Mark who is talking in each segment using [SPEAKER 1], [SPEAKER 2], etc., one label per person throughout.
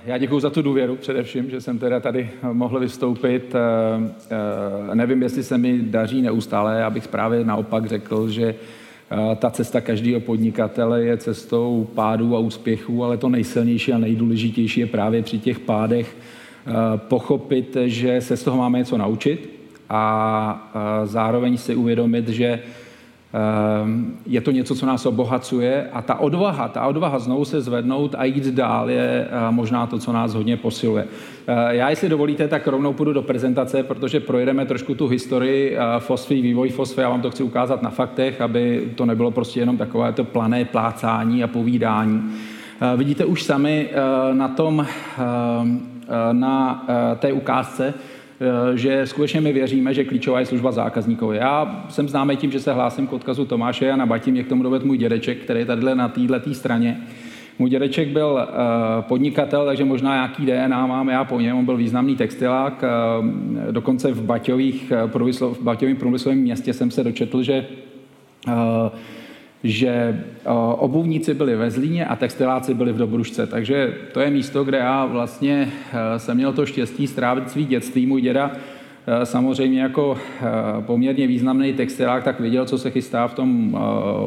[SPEAKER 1] Já děkuju za tu důvěru především, že jsem teda tady mohl vystoupit. Nevím, jestli se mi daří neustále, já bych právě naopak řekl, že ta cesta každého podnikatele je cestou pádů a úspěchů, ale to nejsilnější a nejdůležitější je právě při těch pádech pochopit, že se z toho máme něco naučit a zároveň si uvědomit, že je to něco, co nás obohacuje a ta odvaha znovu se zvednout a jít dál je možná to, co nás hodně posiluje. Já, jestli dovolíte, tak rovnou půjdu do prezentace, protože projedeme trošku tu historii FOSFy, vývoj FOSFy, já vám to chci ukázat na faktech, aby to nebylo prostě jenom takové to plané plácání a povídání. Vidíte už sami na té ukázce, že skutečně my věříme, že klíčová je služba zákazníkovi. Já jsem známý tím, že se hlásím k odkazu Tomáše Jana Bati, mě k tomu dovedl můj dědeček, který je tady na této straně. Můj dědeček byl podnikatel, takže možná nějaký DNA mám já po něm. On byl významný textilák, dokonce v Baťovém průmyslovém městě jsem se dočetl, že obuvníci byli ve Zlíně a textiláci byli v Dobrušce. Takže to je místo, kde já vlastně jsem měl to štěstí strávit svý dětství. Můj děda samozřejmě jako poměrně významný textilák, tak věděl, co se chystá v tom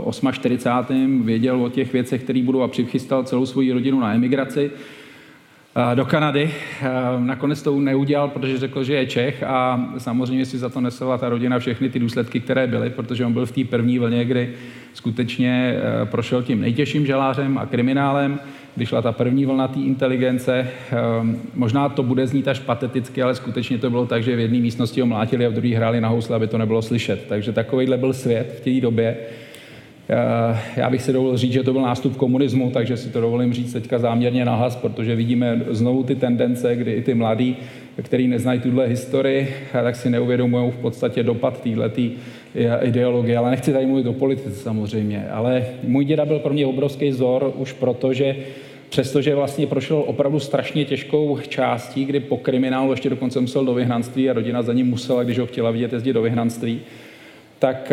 [SPEAKER 1] 48. Věděl o těch věcech, které budou a přichystal celou svou rodinu na emigraci do Kanady. Nakonec to neudělal, protože řekl, že je Čech a samozřejmě si za to nesla ta rodina všechny ty důsledky, které byly, protože on byl v té první vlně, kdy skutečně prošel tím nejtěžším žalářem a kriminálem, když šla ta první vlna té inteligence. Možná to bude znít až pateticky, ale skutečně to bylo tak, že v jedné místnosti ho mlátili a v druhé hráli na housle, aby to nebylo slyšet. Takže takovýhle byl svět v té době. Já bych si dovolil říct, že to byl nástup komunismu, takže si to dovolím říct teďka záměrně nahlas, protože vidíme znovu ty tendence, kdy i ty mladí, kteří neznají tuhle historii, tak si neuvědomují v podstatě dopad této ideologie. Ale nechci tady mluvit o politice samozřejmě. Ale můj děda byl pro mě obrovský vzor už proto, že přestože vlastně prošel opravdu strašně těžkou částí, kdy po kriminálu ještě dokonce musel do vyhnanství a rodina za ním musela, když ho chtěla vidět, jezdit do vyhnanství, tak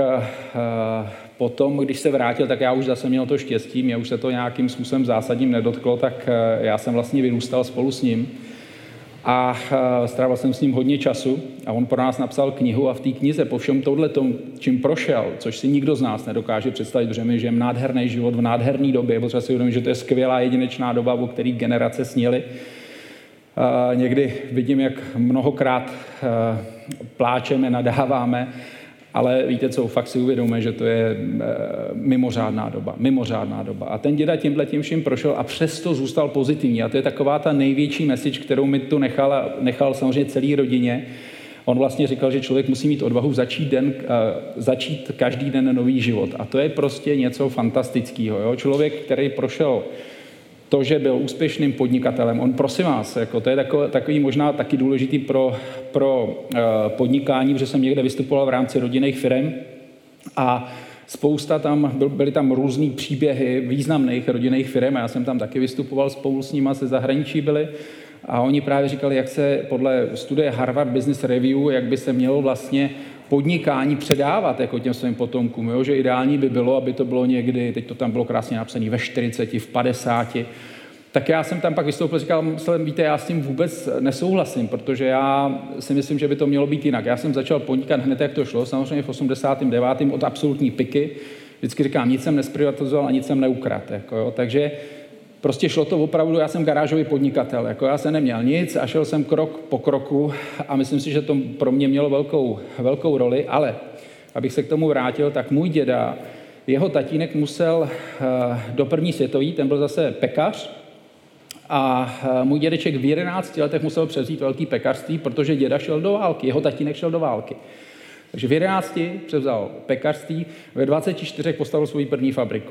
[SPEAKER 1] potom, když se vrátil, tak já už zase měl to štěstí, mě už se to nějakým způsobem zásadním nedotklo, tak já jsem vlastně vyrůstal spolu s ním a strávil jsem s ním hodně času a on pro nás napsal knihu a v té knize po všem touhletom, čím prošel, což si nikdo z nás nedokáže představit, protože my žijeme nádherný život v nádherné době, protože si uvědomím, že to je skvělá jedinečná doba, o který generace sněly. Někdy vidím, jak mnohokrát pláčeme, nadáváme, ale víte co, fakt si uvědomíme, že to je mimořádná doba. A ten děda tímhletím vším prošel a přesto zůstal pozitivní. A to je taková ta největší message, kterou mi tu nechal samozřejmě celý rodině. On vlastně říkal, že člověk musí mít odvahu začít každý den nový život. A to je prostě něco fantastického. Jo? Člověk, který prošel to, že byl úspěšným podnikatelem, on prosím vás, jako to je takový možná taky důležitý pro podnikání, protože jsem někde vystupoval v rámci rodinných firem a byly tam různý příběhy významných rodinných firem a já jsem tam taky vystupoval spolu s nima, se zahraničí byli a oni právě říkali, jak se podle studie Harvard Business Review, jak by se mělo vlastně podnikání předávat jako těm svým potomkům, jo? Že ideální by bylo, aby to bylo někdy, teď to tam bylo krásně napsané, ve 40, v 50. Tak já jsem tam pak vystoupil, říkal, víte, já s tím vůbec nesouhlasím, protože já si myslím, že by to mělo být jinak. Já jsem začal podnikat hned, jak to šlo, samozřejmě v 89. od absolutní piky. Vždycky říkám, nic jsem nesprivatizoval a nic jsem neukradl. Jako, jo? Takže prostě šlo to opravdu, já jsem garážový podnikatel, jako já jsem neměl nic a šel jsem krok po kroku a myslím si, že to pro mě mělo velkou roli, ale abych se k tomu vrátil, tak můj děda, jeho tatínek musel do první světové, ten byl zase pekař a můj dědeček v 11 letech musel převzít velký pekařství, protože děda šel do války, jeho tatínek šel do války. Takže v 11 převzal pekařství, ve 24 postavil svou první fabriku.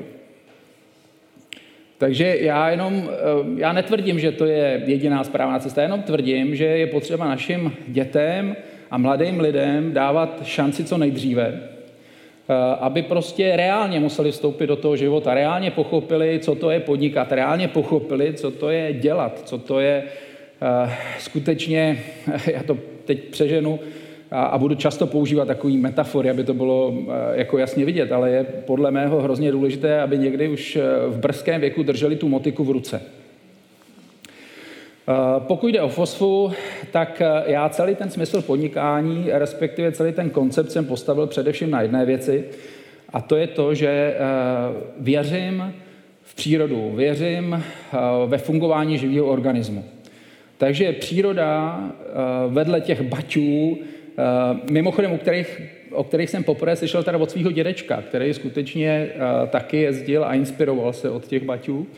[SPEAKER 1] Takže já netvrdím, že to je jediná správná cesta, jenom tvrdím, že je potřeba našim dětem a mladým lidem dávat šanci co nejdříve, aby prostě reálně museli vstoupit do toho života, reálně pochopili, co to je podnikat, reálně pochopili, co to je dělat, co to je skutečně, já to teď přeženu, a budu často používat takový metafory, aby to bylo jako jasně vidět, ale je podle mého hrozně důležité, aby někdy už v brzkém věku drželi tu motiku v ruce. Pokud jde o FOSFu, tak já celý ten smysl podnikání, respektive celý ten koncept jsem postavil především na jedné věci, a to je to, že věřím v přírodu, věřím ve fungování živého organismu. Takže příroda vedle těch baťů, mimochodem, o kterých jsem poprvé slyšel teda od svého dědečka, který skutečně taky jezdil a inspiroval se od těch baťů.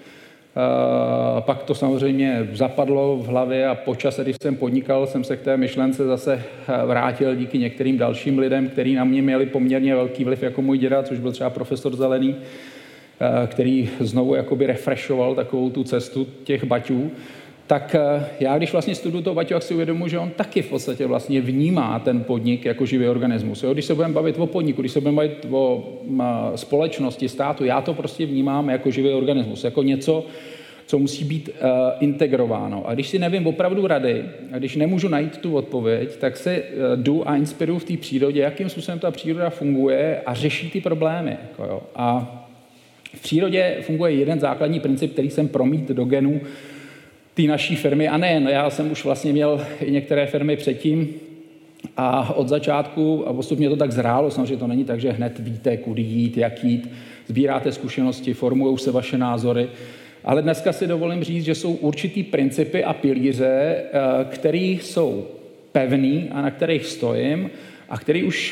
[SPEAKER 1] Pak to samozřejmě zapadlo v hlavě a po čase, když jsem podnikal, jsem se k té myšlence zase vrátil díky některým dalším lidem, kteří na mě měli poměrně velký vliv, jako můj děda, což byl třeba profesor Zelený, který znovu jakoby refreshoval takovou tu cestu těch baťů. Tak já, když vlastně studuju toho baťu, tak si uvědomuji, že on taky v podstatě vlastně vnímá ten podnik jako živý organismus. Jo? Když se budeme bavit o podniku, když se budeme bavit o společnosti, státu, já to prostě vnímám jako živý organismus, jako něco, co musí být integrováno. A když si nevím opravdu rady, a když nemůžu najít tu odpověď, tak se jdu a inspiruju v té přírodě, jakým způsobem ta příroda funguje a řeší ty problémy. Jako jo. A v přírodě funguje jeden základní princip, který jsem promítl do genů té naší firmy, a nejen, já jsem už vlastně měl i některé firmy předtím a od začátku, a postupně to tak zrálo, samozřejmě to není tak, že hned víte, kudy jít, jak jít, sbíráte zkušenosti, formujou se vaše názory, ale dneska si dovolím říct, že jsou určitý principy a pilíře, které jsou pevný a na kterých stojím a který už,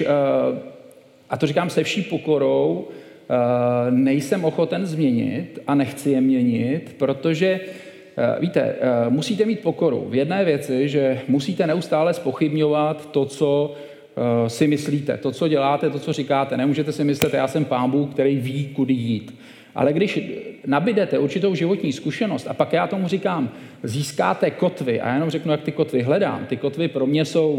[SPEAKER 1] a to říkám se vší pokorou, nejsem ochoten změnit a nechci je měnit, protože víte, musíte mít pokoru v jedné věci, že musíte neustále zpochybňovat to, co si myslíte, to, co děláte, to, co říkáte. Nemůžete si myslet, já jsem Pán Bůh, který ví, kudy jít. Ale když nabídete určitou životní zkušenost a pak já tomu říkám, získáte kotvy, a já jenom řeknu, jak ty kotvy hledám. Ty kotvy pro mě jsou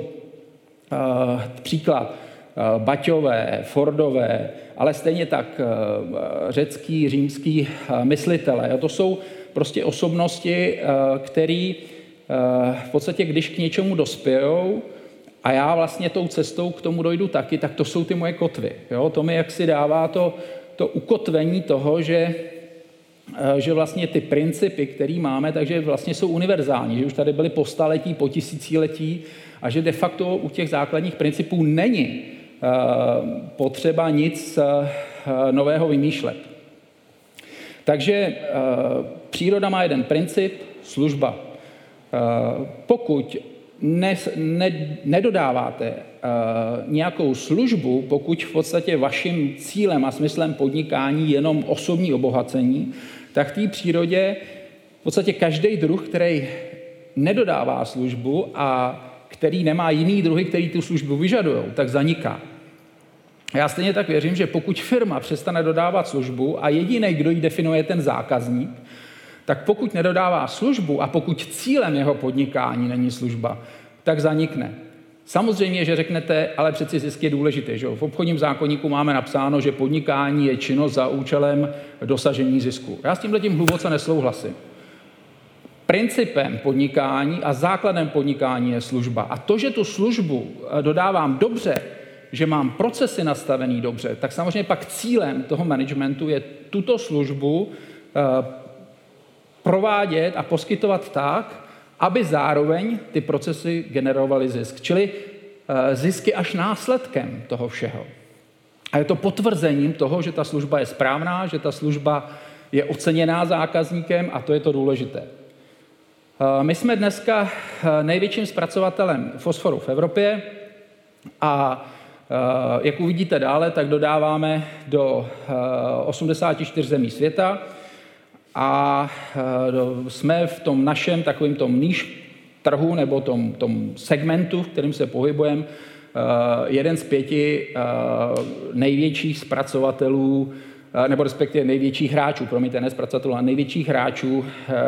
[SPEAKER 1] příklad Baťové, Fordové, ale stejně tak řecký, římský myslitele. To jsou prostě osobnosti, které v podstatě, když k něčemu dospějou a já vlastně tou cestou k tomu dojdu taky, tak to jsou ty moje kotvy. Jo? To mi jaksi dává to ukotvení toho, že vlastně ty principy, které máme, takže vlastně jsou univerzální, že už tady byly po staletí, po tisíciletí a že de facto u těch základních principů není potřeba nic nového vymýšlet. Takže příroda má jeden princip, služba. Pokud nedodáváte nějakou službu, pokud v podstatě vaším cílem a smyslem podnikání jenom osobní obohacení, tak v té přírodě v podstatě každý druh, který nedodává službu a který nemá jiný druhy, který tu službu vyžadují, tak zaniká. Já stejně tak věřím, že pokud firma přestane dodávat službu a jediný, kdo ji definuje, ten zákazník, tak pokud nedodává službu a pokud cílem jeho podnikání není služba, tak zanikne. Samozřejmě, že řeknete, ale přeci zisk je důležitý. Že? V obchodním zákoníku máme napsáno, že podnikání je činnost za účelem dosažení zisku. Já s tímhletím hluboce nesouhlasím. Principem podnikání a základem podnikání je služba. A to, že tu službu dodávám dobře, že mám procesy nastavený dobře, tak samozřejmě pak cílem toho managementu je tuto službu provádět a poskytovat tak, aby zároveň ty procesy generovaly zisk. Čili zisk je až následkem toho všeho. A je to potvrzením toho, že ta služba je správná, že ta služba je oceněná zákazníkem a to je to důležité. My jsme dneska největším zpracovatelem fosforu v Evropě a jak uvidíte dále, tak dodáváme do 84 zemí světa a jsme v tom našem takovým tom níž trhu nebo tom segmentu, v kterém se pohybujeme, jeden z 5 největších zpracovatelů, nebo respektive největších hráčů, promiňte, ne zpracovatelů, ale největších hráčů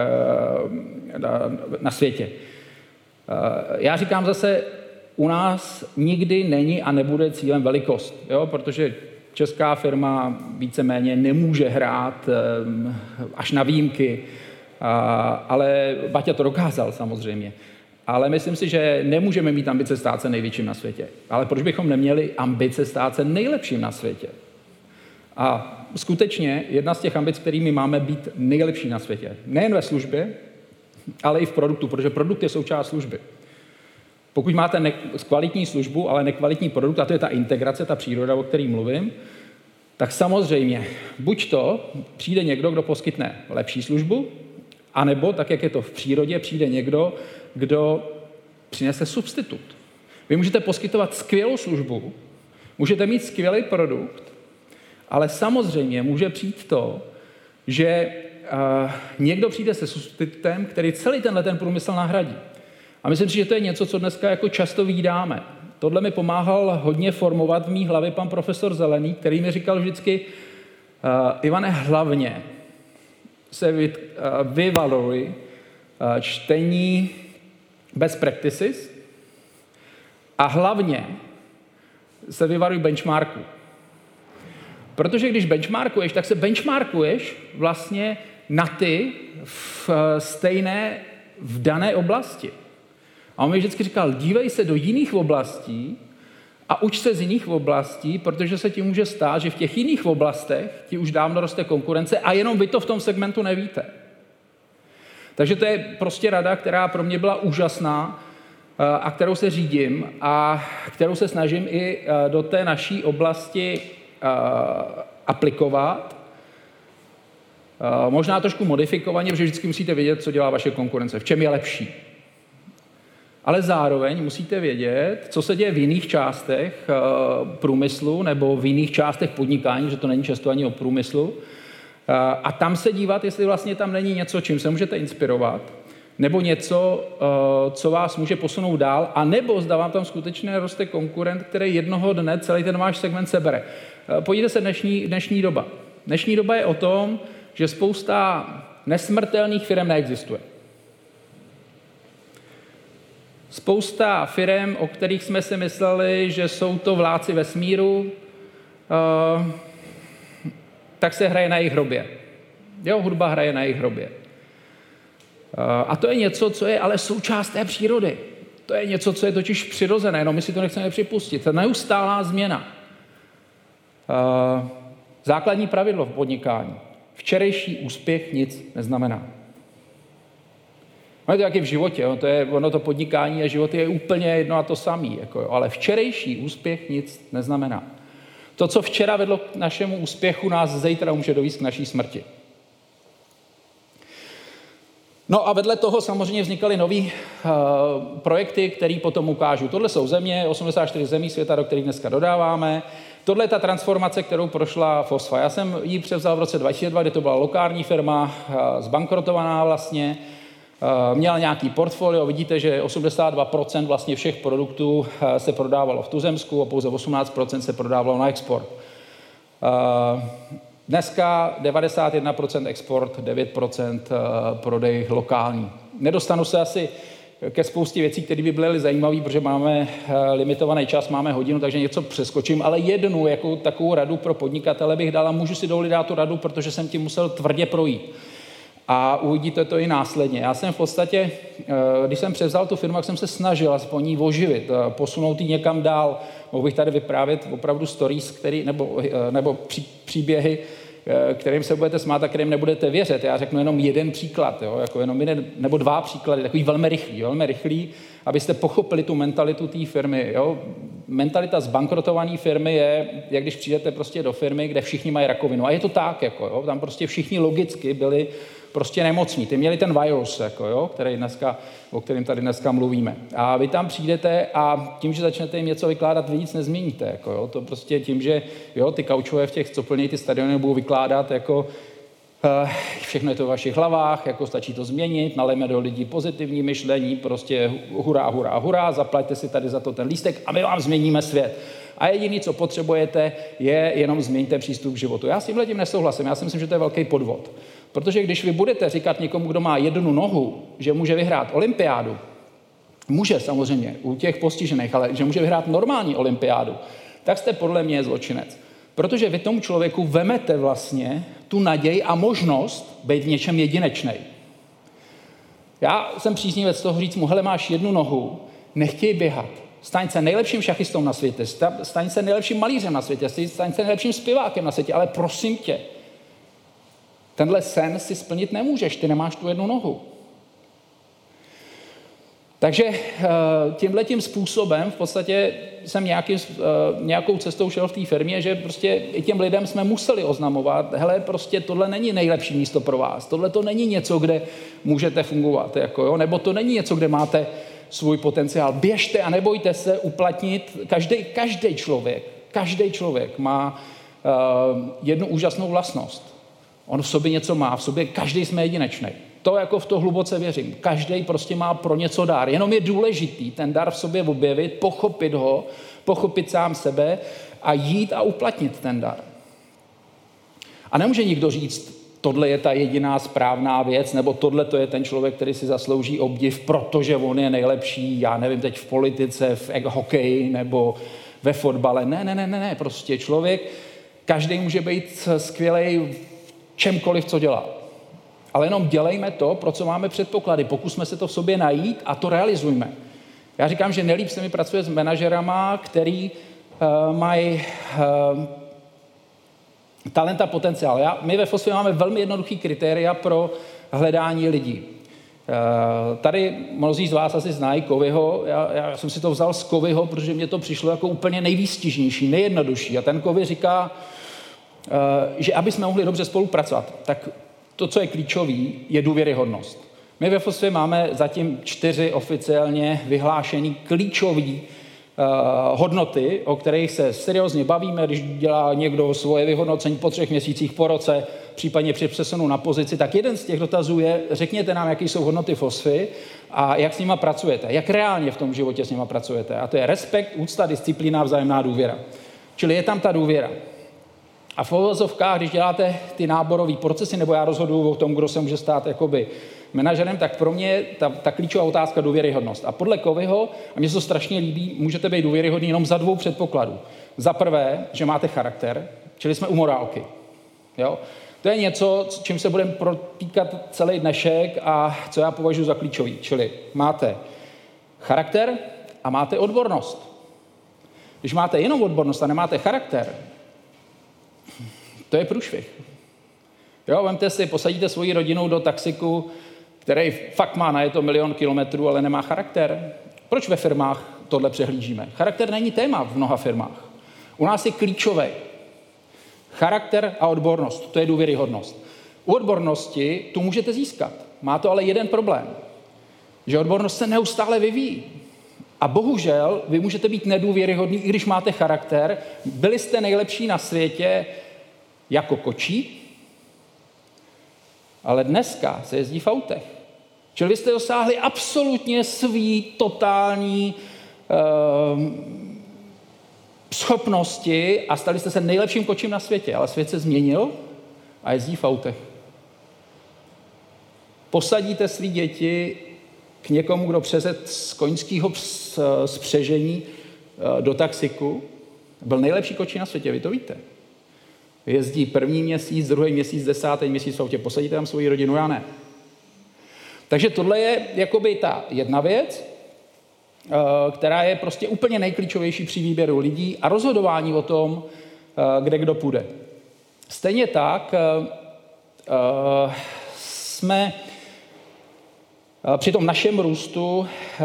[SPEAKER 1] na světě. Já říkám zase, u nás nikdy není a nebude cílem velikost, jo? Protože česká firma víceméně nemůže hrát až na výjimky, ale Baťa to dokázal samozřejmě. Ale myslím si, že nemůžeme mít ambice stát se největším na světě. Ale proč bychom neměli ambice stát se nejlepším na světě? A skutečně jedna z těch ambic, kterými máme být nejlepší na světě. Nejen ve službě, ale i v produktu, protože produkt je součást služby. Pokud máte kvalitní službu, ale nekvalitní produkt, a to je ta integrace, ta příroda, o které mluvím, tak samozřejmě buď to přijde někdo, kdo poskytne lepší službu, anebo, tak jak je to v přírodě, přijde někdo, kdo přinese substitut. Vy můžete poskytovat skvělou službu, můžete mít skvělý produkt, ale samozřejmě může přijít to, že někdo přijde se substitutem, který celý ten průmysl nahradí. A myslím si, že to je něco, co dneska jako často vídáme. Tohle mi pomáhal hodně formovat v mý hlavě pan profesor Zelený, který mi říkal vždycky, Ivane, hlavně se vyvaluj čtení best practices a hlavně se vyvaruj benchmarku. Protože když benchmarkuješ, tak se benchmarkuješ vlastně na ty v dané oblasti. A on mi vždycky říkal, dívej se do jiných oblastí a uč se z jiných oblastí, protože se ti může stát, že v těch jiných oblastech ti už dávno roste konkurence a jenom vy to v tom segmentu nevíte. Takže to je prostě rada, která pro mě byla úžasná a kterou se řídím a kterou se snažím i do té naší oblasti aplikovat. Možná trošku modifikovaně, protože vždycky musíte vědět, co dělá vaše konkurence, v čem je lepší. Ale zároveň musíte vědět, co se děje v jiných částech průmyslu nebo v jiných částech podnikání, že to není často ani o průmyslu. A tam se dívat, jestli vlastně tam není něco, čím se můžete inspirovat, nebo něco, co vás může posunout dál, a nebo zda vám tam skutečně roste konkurent, který jednoho dne celý ten váš segment sebere. Podívejte se dnešní doba. Dnešní doba je o tom, že spousta nesmrtelných firem neexistuje. Spousta firem, o kterých jsme si mysleli, že jsou to vládci vesmíru, tak se hraje na jejich hrobě. Jo, hudba hraje na jejich hrobě. A to je něco, co je ale součást té přírody. To je něco, co je totiž přirozené, no my si to nechceme připustit. To je neustálá změna. Základní pravidlo v podnikání. Včerejší úspěch nic neznamená. No je to taky v životě, ono to podnikání a život je úplně jedno a to samé, jako, ale včerejší úspěch nic neznamená. To, co včera vedlo k našemu úspěchu, nás zítra může dovést k naší smrti. No a vedle toho samozřejmě vznikaly nový projekty, které potom ukážu. Tohle jsou země, 84 zemí světa, do kterých dneska dodáváme. Tohle je ta transformace, kterou prošla Fosfa. Já jsem ji převzal v roce 2002, kdy to byla lokální firma, zbankrotovaná vlastně. Měla nějaký portfolio, vidíte, že 82% vlastně všech produktů se prodávalo v tuzemsku a pouze 18% se prodávalo na export. Dneska 91% export, 9% prodej lokální. Nedostanu se asi ke spoustě věcí, které by byly zajímavé, protože máme limitovaný čas, máme hodinu, takže něco přeskočím, ale jednu jako takovou radu pro podnikatele bych dala, můžu si dovolit dát tu radu, protože jsem tím musel tvrdě projít. A uvidíte to i následně. Já jsem v podstatě, když jsem převzal tu firmu, tak jsem se snažil aspoň ní oživit, posunout ji někam dál. Mohl bych tady vyprávět opravdu stories, nebo příběhy, kterým se budete smát a kterým nebudete věřit. Já řeknu jenom jeden příklad, jo? Jako jenom nebo dva příklady, takový velmi rychlý, abyste pochopili tu mentalitu té firmy. Jo? Mentalita zbankrotované firmy je, jak když přijdete prostě do firmy, kde všichni mají rakovinu. A je to tak, jako, jo? Tam prostě všichni logicky byli prostě nemocní. Ty měli ten virus, jako, jo? O kterém tady dneska mluvíme. A vy tam přijdete a tím, že začnete jim něco vykládat, vy nic nezměníte. Jako, jo? To prostě tím, že jo, ty kaučové v těch, co plnějí ty stadiony, budou vykládat, jako všechno je to v vašich hlavách, jako stačí to změnit, nalejme do lidí pozitivní myšlení, prostě hurá, zaplaťte si tady za to ten lístek a my vám změníme svět. A jediné, co potřebujete, je jenom změňte přístup k životu. Já s tímhletím nesouhlasím, já si myslím, že to je velký podvod. Protože když vy budete říkat někomu, kdo má jednu nohu, že může vyhrát olympiádu, může samozřejmě u těch postižených, ale že může vyhrát normální olympiádu, tak jste podle mě zločinec. Protože vy tomu člověku vemete vlastně tu naději a možnost být v něčem jedinečnej. Já jsem příznivec toho říct mu, hele, máš jednu nohu, nechtěj běhat. Staň se nejlepším šachistou na světě, staň se nejlepším malířem na světě, staň se nejlepším zpěvákem na světě, ale prosím tě, tenhle sen si splnit nemůžeš, ty nemáš tu jednu nohu. Takže tímhletím způsobem v podstatě jsem nějakou cestou šel v té firmě, že prostě i těm lidem jsme museli oznamovat, hele, prostě tohle není nejlepší místo pro vás, tohle to není něco, kde můžete fungovat, jako jo, nebo to není něco, kde máte svůj potenciál. Běžte a nebojte se uplatnit, každý člověk má jednu úžasnou vlastnost. On v sobě něco má, v sobě každý jsme jedinečný. To jako v to hluboce věřím. Každý prostě má pro něco dar. Jenom je důležitý ten dar v sobě objevit, pochopit ho, pochopit sám sebe a jít a uplatnit ten dar. A nemůže nikdo říct, tohle je ta jediná správná věc, nebo tohle to je ten člověk, který si zaslouží obdiv, protože on je nejlepší, já nevím, teď v politice, v hokeji nebo ve fotbale. Ne, prostě člověk, každý může být skvělej v čemkoliv, co dělá. Ale jenom dělejme to, pro co máme předpoklady. Pokusme se to v sobě najít a to realizujme. Já říkám, že nejlíp se mi pracuje s manažerama, který mají talent a potenciál. My ve FOSFě máme velmi jednoduchý kritéria pro hledání lidí. Tady mnozí z vás asi znají Coveyho. Já jsem si to vzal z Coveyho, protože mě to přišlo jako úplně nejvýstižnější, nejjednodušší. A ten Covey říká, že aby jsme mohli dobře spolupracovat, tak to, co je klíčový, je důvěryhodnost. My ve FOSFě máme zatím 4 oficiálně vyhlášený klíčový hodnoty, o kterých se seriózně bavíme, když dělá někdo svoje vyhodnocení po 3 měsících, po roce, případně při přesunu na pozici, tak jeden z těch dotazů je, řekněte nám, jaký jsou hodnoty FOSFy a jak s nima pracujete, jak reálně v tom životě s nima pracujete. A to je respekt, úcta, disciplína, vzájemná důvěra. Čili je tam ta důvěra. A v uvozovkách, když děláte ty náborové procesy, nebo já rozhoduju o tom, kdo se může stát jakoby manažerem, tak pro mě je ta klíčová otázka důvěryhodnost. A podle Coveyho, a mně se to strašně líbí, můžete být důvěryhodný jenom za 2 předpokladů. Za prvé, že máte charakter, čili jsme u morálky. Jo? To je něco, čím se budeme protýkat celý dnešek a co já považuji za klíčový. Čili máte charakter a máte odbornost. Když máte jenom odbornost a nemáte charakter, to je průšvih. Jo, vemte si, posadíte svoji rodinu do taxiku, který fakt má na je to 1 000 000 kilometrů, ale nemá charakter. Proč ve firmách tohle přehlížíme? Charakter není téma v mnoha firmách. U nás je klíčové. Charakter a odbornost, to je důvěryhodnost. U odbornosti tu můžete získat. Má to ale jeden problém, že odbornost se neustále vyvíjí. A bohužel vy můžete být nedůvěryhodný, i když máte charakter. Byli jste nejlepší na světě jako kočí, ale dneska se jezdí v autech. Čili vy jste dosáhli absolutně svý totální schopnosti a stali jste se nejlepším kočím na světě, ale svět se změnil a jezdí v autech. Posadíte svý děti k někomu, kdo přezet z koňského spřežení do taxiku, byl nejlepší kočí na světě, vy to víte. Jezdí 1. měsíc, 2. měsíc, 10. měsíc v autě, posadíte tam svoji rodinu, já ne. Takže tohle je jakoby ta jedna věc, která je prostě úplně nejklíčovější při výběru lidí a rozhodování o tom, kde kdo půjde. Stejně tak jsme při tom našem růstu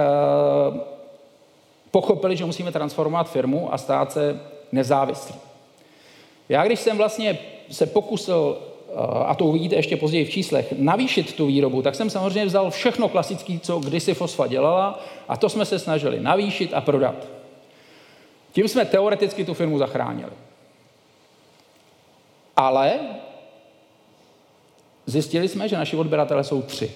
[SPEAKER 1] pochopili, že musíme transformovat firmu a stát se nezávislí. Já když jsem vlastně se pokusil, a to uvidíte ještě později v číslech, navýšit tu výrobu, tak jsem samozřejmě vzal všechno klasické, co kdysi FOSFA dělala, a to jsme se snažili navýšit a prodat. Tím jsme teoreticky tu firmu zachránili. Ale zjistili jsme, že naši odběratelé jsou 3.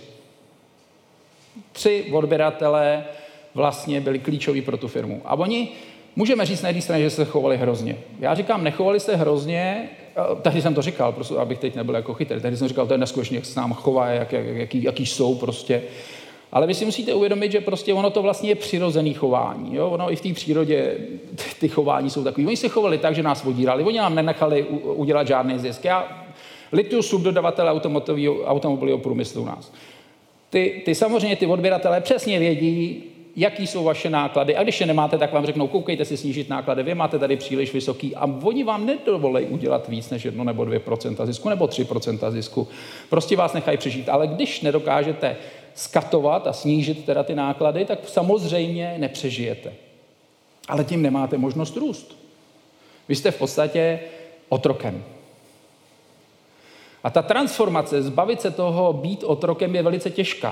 [SPEAKER 1] 3 odběratelé vlastně byli klíčoví pro tu firmu. A oni, můžeme říct na jedné straně, že se chovali hrozně. Já říkám, nechovali se hrozně, tehdy jsem to říkal, prostě, abych teď nebyl jako chytrý, tehdy jsem říkal, to je neskutečný, jak se nám chová, jaký jsou prostě. Ale vy si musíte uvědomit, že prostě ono to vlastně je přirozený chování. Jo? Ono i v té přírodě ty chování jsou takový. Oni se chovali tak, že nás vodírali, oni nám nenechali udělat žádný zisk. Já lituju subdodavatele automobilového průmyslu u nás. Ty samozřejmě ty odběratelé přesně vědí, jaký jsou vaše náklady. A když je nemáte, tak vám řeknou, koukejte si snížit náklady, vy máte tady příliš vysoký a oni vám nedovolí udělat víc než 1 nebo 2% zisku nebo 3% zisku. Prostě vás nechají přežít. Ale když nedokážete skatovat a snížit teda ty náklady, tak samozřejmě nepřežijete. Ale tím nemáte možnost růst. Vy jste v podstatě otrokem. A ta transformace, zbavit se toho, být otrokem, je velice těžká.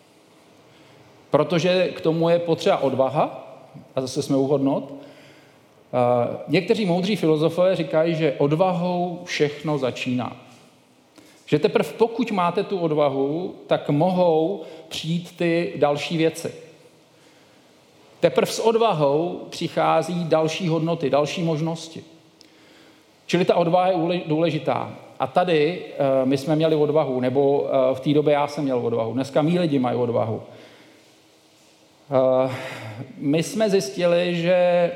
[SPEAKER 1] Protože k tomu je potřeba odvaha, a zase jsme u hodnot. Někteří moudří filozofové říkají, že odvahou všechno začíná. Že teprve pokud máte tu odvahu, tak mohou přijít ty další věci. Teprve s odvahou přichází další hodnoty, další možnosti. Čili ta odvaha je důležitá. A tady my jsme měli odvahu, nebo v té době já jsem měl odvahu. Dneska mý lidi mají odvahu. My jsme zjistili, že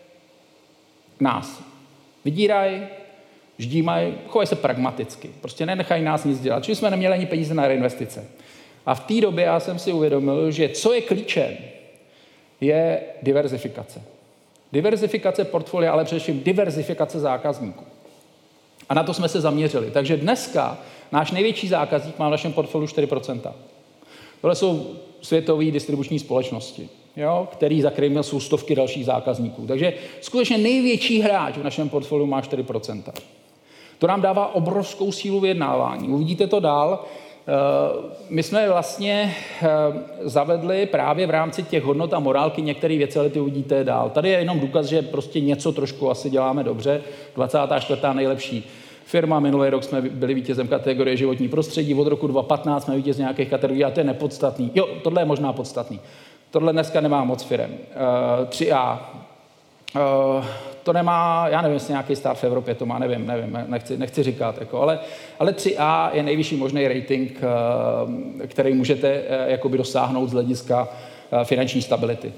[SPEAKER 1] nás vydírají, ždímají, chovají se pragmaticky. Prostě nenechají nás nic dělat. Čili jsme neměli ani peníze na reinvestice. A v té době já jsem si uvědomil, že co je klíčem, je diverzifikace. Diverzifikace portfolia, ale především diverzifikace zákazníků. A na to jsme se zaměřili. Takže dneska náš největší zákazník má v našem portfoliu 4%. Tohle jsou světové distribuční společnosti, jo, který zakryjí jsou stovky dalších zákazníků. Takže skutečně největší hráč v našem portfoliu má 4%. To nám dává obrovskou sílu vyjednávání. Uvidíte to dál. My jsme vlastně zavedli právě v rámci těch hodnot a morálky některé věci, ale ty uvidíte dál. Tady je jenom důkaz, že prostě něco trošku asi děláme dobře. 24. nejlepší firma, minulý rok jsme byli vítězem kategorie životní prostředí, od roku 2015 jsme vítěz nějakých kategorií a to je nepodstatný. Jo, tohle je možná podstatný. Tohle dneska nemá moc firem. 3A. To nemá, já nevím, jestli nějaký stát v Evropě to má, nevím, nechci říkat, jako, ale 3A je nejvyšší možný rating, který můžete jakoby dosáhnout z hlediska finanční stability.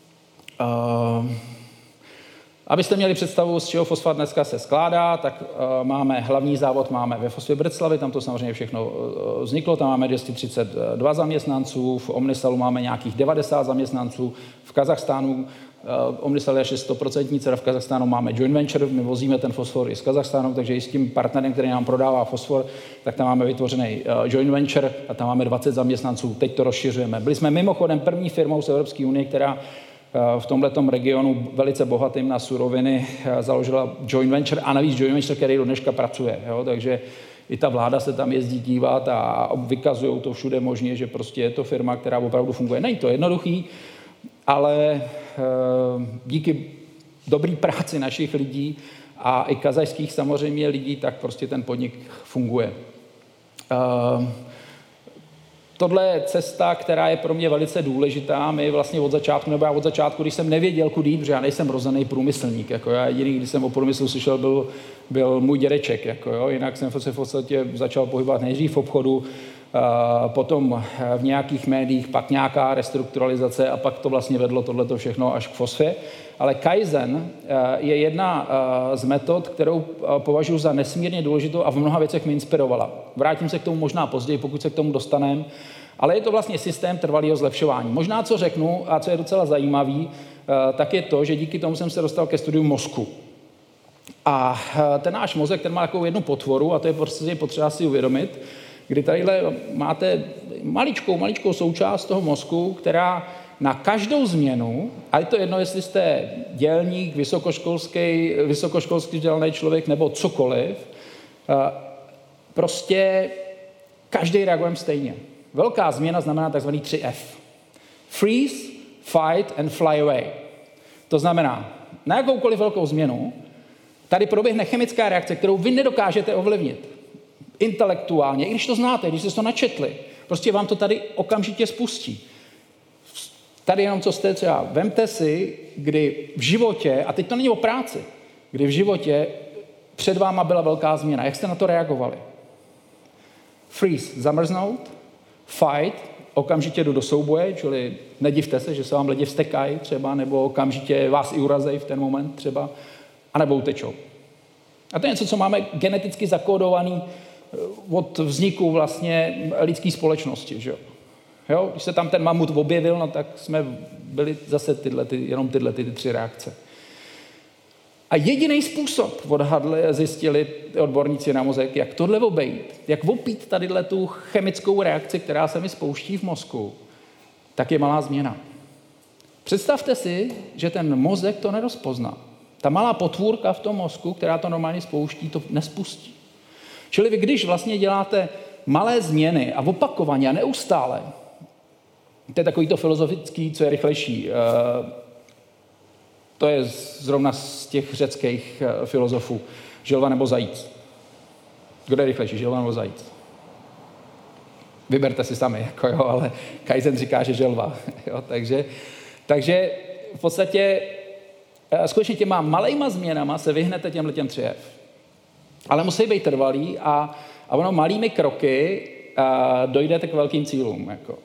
[SPEAKER 1] Abyste měli představu, z čeho fosfat dneska se skládá, tak máme hlavní závod, máme ve Fosfě Břeclavi, tam to samozřejmě všechno vzniklo, tam máme 232 zaměstnanců, v Omnisalu máme nějakých 90 zaměstnanců, v Kazachstánu Omnisal je 100% dcera, v Kazachstánu máme joint venture, my vozíme ten fosfor i z Kazachstánu, takže i s tím partnerem, který nám prodává fosfor, tak tam máme vytvořený joint venture a tam máme 20 zaměstnanců, teď to rozšiřujeme. Byli jsme mimochodem první firmou z Evropské unie, která v tomhletom regionu velice bohatým na suroviny založila joint venture a navíc joint venture, který do dneška pracuje. Jo? Takže i ta vláda se tam jezdí dívat a vykazují to všude možně, že prostě je to firma, která opravdu funguje. Není to jednoduchý, ale díky dobrý práci našich lidí a i kazajských samozřejmě lidí, tak prostě ten podnik funguje. Tohle je cesta, která je pro mě velice důležitá. My vlastně od začátku, nebo já od začátku, když jsem nevěděl, kudy jít, protože já nejsem rozený průmyslník. Jako já jediný, když jsem o průmyslu slyšel, byl můj dědeček. Jako jo. Jinak jsem se v podstatě začal pohybovat nejdřív v obchodu, potom v nějakých médiích, pak nějaká restrukturalizace a pak to vlastně vedlo tohleto všechno až k fosfě. Ale Kaizen je jedna z metod, kterou považuji za nesmírně důležitou a v mnoha věcech mi inspirovala. Vrátím se k tomu možná později, pokud se k tomu dostaneme, ale je to vlastně systém trvalého zlepšování. Možná, co řeknu a co je docela zajímavý, tak je to, že díky tomu jsem se dostal ke studiu mozku. A ten náš mozek, ten má takovou jednu potvoru a to je prostě potřeba si uvědomit, kdy tadyhle máte maličkou součást toho mozku, která na každou změnu, a je to jedno, jestli jste dělník, vysokoškolský vzdělaný člověk nebo cokoliv, prostě každý reagujeme stejně. Velká změna znamená takzvaný 3F. Freeze, fight and fly away. To znamená, na jakoukoliv velkou změnu tady proběhne chemická reakce, kterou vy nedokážete ovlivnit. Intelektuálně, i když to znáte, když jste to načetli, prostě vám to tady okamžitě spustí. Tady jenom co jste třeba, vemte si, kdy v životě, a teď to není o práci, kdy v životě před váma byla velká změna. Jak jste na to reagovali? Freeze, zamrznout, fight, okamžitě jdu do souboje, čili nedivte se, že se vám lidi vztekají třeba, nebo okamžitě vás i urazejí v ten moment třeba, anebo utečou. A to je něco, co máme geneticky zakódovaný od vzniku vlastně lidské společnosti, že jo? Jo, když se tam ten mamut objevil, no tak jsme byli zase jenom tyhle tři reakce. A jediný způsob odhadli a zjistili odborníci na mozek, jak tohle obejít, jak opít tady tu chemickou reakci, která se mi spouští v mozku, tak je malá změna. Představte si, že ten mozek to nerozpozná. Ta malá potvůrka v tom mozku, která to normálně spouští, to nespustí. Čili vy, když vlastně děláte malé změny a opakovaně a neustále, to je takový to filozofický, co je rychlejší. To je zrovna z těch řeckých filozofů. Želva nebo zajíc. Kdo je rychlejší, želva nebo zajíc? Vyberte si sami, jako jo, ale Kaizen říká, že želva. Jo, takže v podstatě skutečně těma malejma změnama se vyhnete těmhletěm 3F. Ale musí být trvalý a ono malými kroky dojdete k velkým cílům. Jako.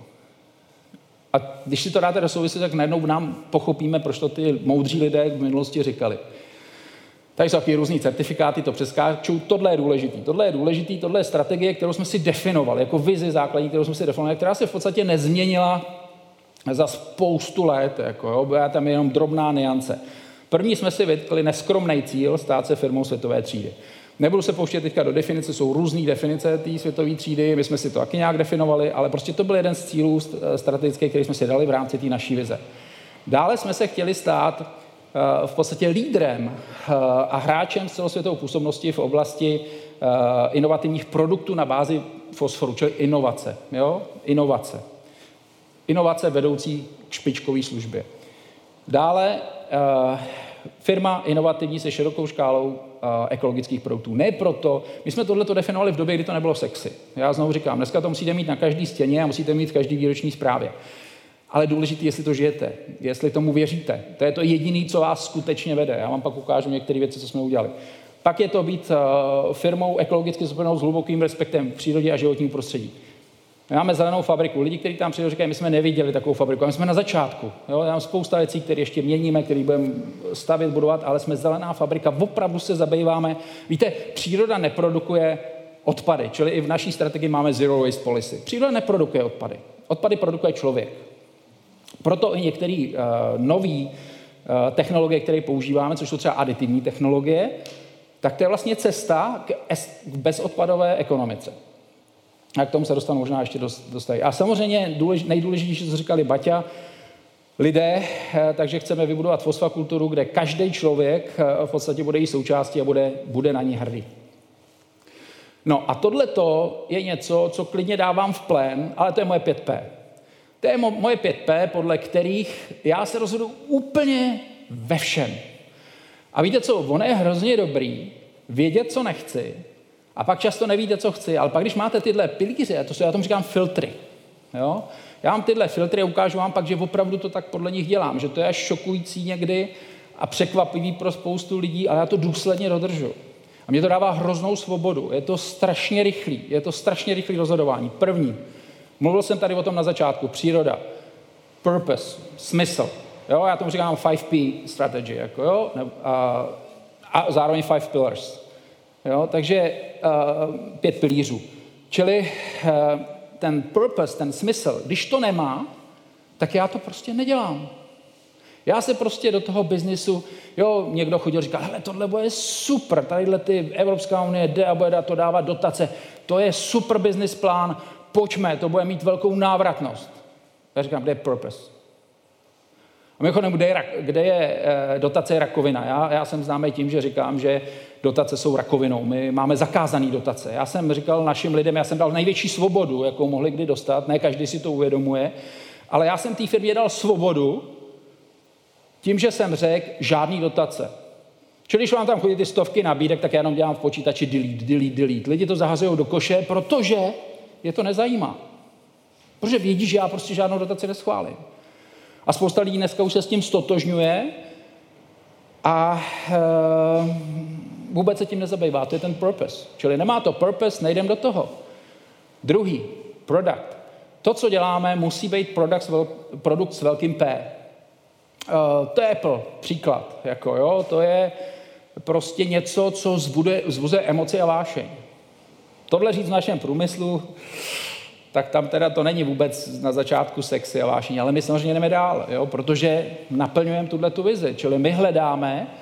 [SPEAKER 1] A když si to dáte do souvislosti, tak najednou nám pochopíme, proč to ty moudří lidé v minulosti říkali. Tady jsou taky různý certifikáty, to přeskáčou. Tohle je důležitý, tohle je strategie, kterou jsme si definovali, jako vizi základní, kterou jsme si definovali, která se v podstatě nezměnila za spoustu let. Jako, jo, byla tam jenom drobná nuance. První jsme si vytkli neskromný cíl stát se firmou světové třídy. Nebudu se pouštět teďka do definice, jsou různé definice té světové třídy, my jsme si to taky nějak definovali, ale prostě to byl jeden z cílů strategických, který jsme si dali v rámci té naší vize. Dále jsme se chtěli stát v podstatě lídrem a hráčem s celosvětovou působností v oblasti inovativních produktů na bázi fosforu, čili inovace. Jo? Inovace vedoucí k špičkové službě. Dále firma inovativní se širokou škálou ekologických produktů. Ne proto, my jsme tohleto definovali v době, kdy to nebylo sexy. Já znovu říkám, dneska to musíte mít na každý stěně a musíte mít v každý výroční zprávě. Ale důležité, jestli to žijete, jestli tomu věříte. To je to jediné, co vás skutečně vede. Já vám pak ukážu některé věci, co jsme udělali. Pak je to být firmou ekologicky zodpovědnou s hlubokým respektem k přírodě a životnímu prostředí. My máme zelenou fabriku. Lidi, kteří tam přijdou, říkají, my jsme neviděli takovou fabriku. My jsme na začátku. Jo? Máme spousta věcí, které ještě měníme, které budeme stavět, budovat, ale jsme zelená fabrika. Opravdu se zabýváme. Víte, příroda neprodukuje odpady, čili i v naší strategii máme zero waste policy. Příroda neprodukuje odpady. Odpady produkuje člověk. Proto i některé nové technologie, které používáme, což jsou třeba aditivní technologie, tak to je vlastně cesta k bezodpadové ekonomice. A k tomu se dostanu možná ještě dostaví. A samozřejmě nejdůležitější, co říkali Baťa, lidé, takže chceme vybudovat fosfakulturu, kde každý člověk v podstatě bude jí součástí a bude na ní hrdý. No a tohleto je něco, co klidně dávám v plén, ale to je moje 5P. To je moje 5P, podle kterých já se rozhodu úplně ve všem. A víte co, ono je hrozně dobrý vědět, co nechci, a pak často nevíte, co chci, ale pak, když máte tyhle pilíře, já tomu říkám filtry, jo? Já mám tyhle filtry a ukážu vám pak, že opravdu to tak podle nich dělám, že to je až šokující někdy a překvapivý pro spoustu lidí, ale já to důsledně dodržu. A mě to dává hroznou svobodu, je to strašně rychlý rozhodování. První, mluvil jsem tady o tom na začátku, příroda, purpose, smysl, jo? Já tomu říkám 5P strategy, jako, jo? A zároveň 5 pillars. Jo, takže 5 pilířů. Čili ten purpose, ten smysl, když to nemá, tak já to prostě nedělám. Já se prostě do toho biznisu, jo, někdo chodil a říkal, hele, tohle bude super, tadyhle ty Evropská unie jde a bude to dávat dotace, to je super business plán, pojďme, to bude mít velkou návratnost. Já říkám, kde je purpose? A mimochodem, kde je dotace je rakovina. Já jsem známý tím, že říkám, že dotace jsou rakovinou. My máme zakázané dotace. Já jsem říkal našim lidem, já jsem dal největší svobodu, jakou mohli kdy dostat. Ne každý si to uvědomuje. Ale já jsem té firmě dal svobodu tím, že jsem řekl žádný dotace. Čili když vám tam chodí ty stovky nabídek, tak já jenom dělám v počítači delete. Lidi to zahazují do koše, protože je to nezajímá. Protože vědí, že já prostě žádnou dotaci neschválím. A spousta lidí dneska už se s tím stotožňuje a vůbec se tím nezabývá. To je ten purpose. Čili nemá to purpose, nejdem do toho. Druhý, product. To, co děláme, musí být produkt s velkým P. To je Apple, příklad. Jako, jo, to je prostě něco, co vzbuzuje emoci a vášeň. Tohle říct v našem průmyslu, tak tam teda to není vůbec na začátku sexy a vášení, ale my samozřejmě jdeme dál, jo, protože naplňujeme tu vizi. Čili my hledáme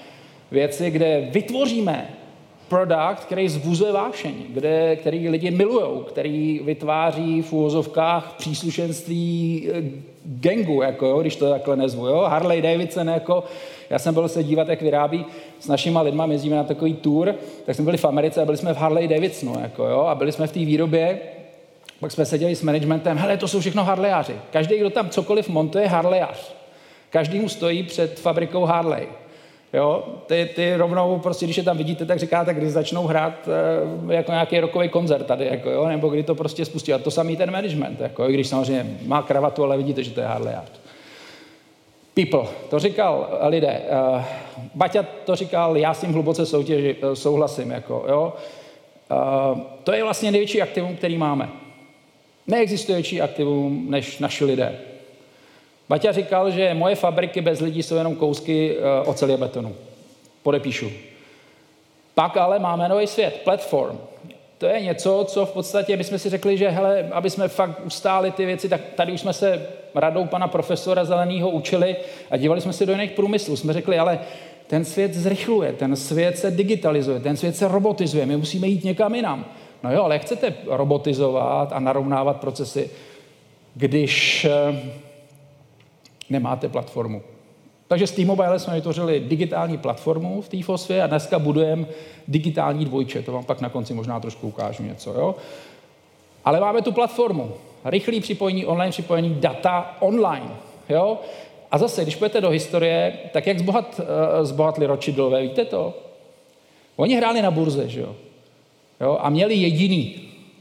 [SPEAKER 2] Věci, kde vytvoříme produkt, který vzbuzuje vášeň, který lidi milujou, který vytváří v úvozovkách příslušenství gangu, jako jo, když to takhle nezvu. Jo? Harley Davidson, jako, já jsem byl se dívat, jak vyrábí s našima lidma, my jezdíme na takový tour, tak jsme byli v Americe a byli jsme v Harley Davidsonu, jako, jo? A byli jsme v té výrobě, pak jsme seděli s managementem, hele, to jsou všechno Harleyáři. Každý, kdo tam cokoliv montuje, Harleyář. Každý mu stojí před fabrikou Harley. Jo, ty rovnou, prostě, když je tam vidíte, tak říkáte, když začnou hrát jako nějaký rockový koncert tady, jako, jo, nebo kdy to prostě spustí. A to samý ten management, jako, i když samozřejmě má kravatu, ale vidíte, že to je Harleyář. People, to říkal lidé. Baťa to říkal, já s tím hluboce souhlasím. Jako, jo. To je vlastně největší aktivum, který máme. Neexistuje větší aktivum než naši lidé. Baťa říkal, že moje fabriky bez lidí jsou jenom kousky oceli a betonu. Podepíšu. Pak ale máme nový svět, platform. To je něco, co v podstatě my jsme si řekli, že hele, aby jsme fakt ustáli ty věci, tak tady už jsme se radou pana profesora Zeleného učili a dívali jsme se do jiných průmyslů. Jsme řekli, ale ten svět zrychluje, ten svět se digitalizuje, ten svět se robotizuje, my musíme jít někam jinam. No jo, ale jak chcete robotizovat a narovnávat procesy, když nemáte platformu. Takže s T-Mobile jsme vytvořili digitální platformu v té FOSFě a dneska budujeme digitální dvojče. To vám pak na konci možná trošku ukážu něco. Jo? Ale máme tu platformu. Rychlý připojení, online připojení, data online. Jo? A zase, když půjdete do historie, tak jak zbohatli Rothschildové, víte to? Oni hráli na burze, že jo? Jo? A měli jediný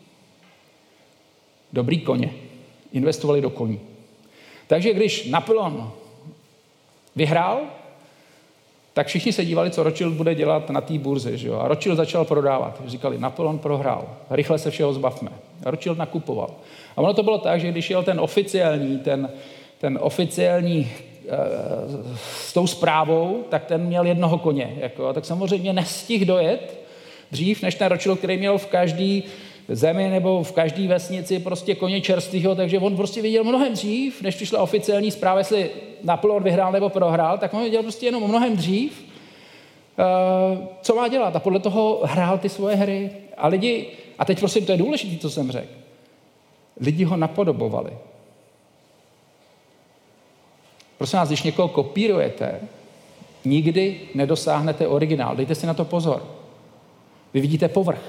[SPEAKER 2] dobrý koně. Investovali do koní. Takže když Napoleon vyhrál, tak všichni se dívali, co Rothschild bude dělat na té burze. Že jo? A Rothschild začal prodávat. Říkali, Napoleon prohrál, rychle se všeho zbavme. A Rothschild nakupoval. A ono to bylo tak, že když jel ten oficiální s tou zprávou, tak ten měl jednoho koně. Jako, tak samozřejmě nestihl dojet dřív, než ten Rothschild, který měl v každý zemi nebo v každé vesnici prostě koně čerstvýho, takže on prostě viděl mnohem dřív, než přišla oficiální zpráva, jestli Napoleon vyhrál nebo prohrál, tak on viděl prostě jenom mnohem dřív, co má dělat. A podle toho hrál ty svoje hry. A lidi, a teď prosím, to je důležité, co jsem řekl, lidi ho napodobovali. Prosím vás, když někoho kopírujete, nikdy nedosáhnete originál. Dejte si na to pozor. Vy vidíte povrch.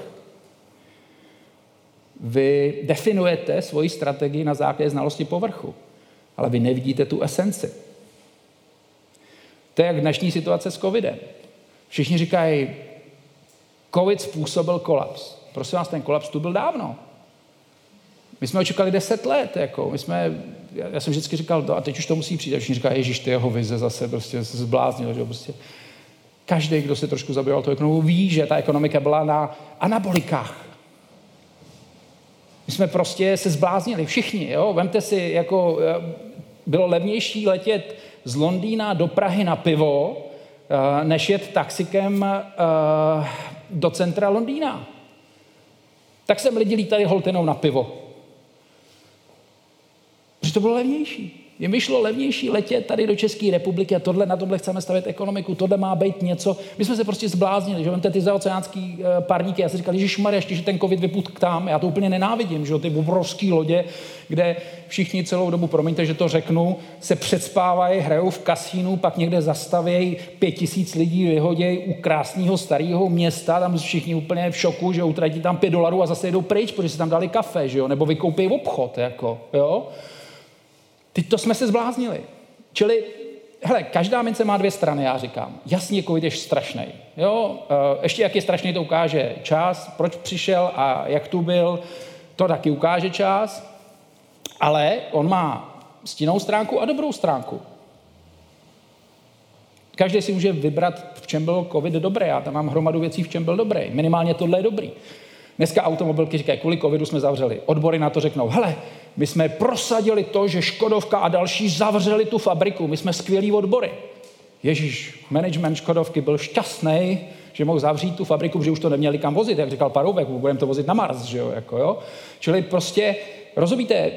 [SPEAKER 2] Vy definujete svoji strategii na základě znalosti povrchu, ale vy nevidíte tu esenci. To je jak dnešní situace s covidem. Všichni říkají, covid způsobil kolaps. Prosím vás, ten kolaps tu byl dávno. My jsme očekali 10 let. Jako. Já jsem vždycky říkal, a teď už to musí přijít. A všichni říkají, ježiš, ty jeho vize zase prostě se zbláznil. Že? Prostě. Každý, kdo se trošku zabýval tou ekonomikou, ví, že ta ekonomika byla na anabolikách. My jsme prostě se zbláznili, všichni. Jo? Vemte si, jako bylo levnější letět z Londýna do Prahy na pivo, než jet taxikem do centra Londýna. Tak sem lidi lítali holtenou na pivo. Protože to bylo levnější. Jim vyšlo levnější letět tady do České republiky a na tohle chceme stavět ekonomiku, tohle má být něco. My jsme se prostě zbláznili, že vemte ty zaoceánský parníky. Já si říkal, ježišmarja, ještě, že ten covid vypud k tam. Já to úplně nenávidím, že ty obrovský lodě, kde všichni celou dobu, promiňte, že to řeknu, se předspávají, hrajou v kasínu, pak někde zastavějí 5000 lidí, vyhodějí u krásného starého města, tam všichni úplně v šoku, že utratí tam $5 a zase jedou pryč, protože si tam dali kafe, že jo, nebo vykoupí obchod, jako, jo. Teď to jsme se zbláznili. Čili, hele, každá mince má dvě strany, já říkám. Jasně, covid je strašný. Jo? Ještě jak je strašný, to ukáže čas, proč přišel a jak tu byl, to taky ukáže čas, ale on má stinnou stránku a dobrou stránku. Každý si může vybrat, v čem byl covid dobrý. Já tam mám hromadu věcí, v čem byl dobrý. Minimálně tohle je dobrý. Dneska automobilky říkají, kvůli covidu jsme zavřeli. Odbory na to řeknou, hele, my jsme prosadili to, že Škodovka a další zavřeli tu fabriku. My jsme skvělí odbory. Ježíš, management Škodovky byl šťastný, že mohl zavřít tu fabriku, protože už to neměli kam vozit, jak říkal Paroubek, budeme to vozit na Mars, že jo, jako jo. Čili prostě, rozumíte,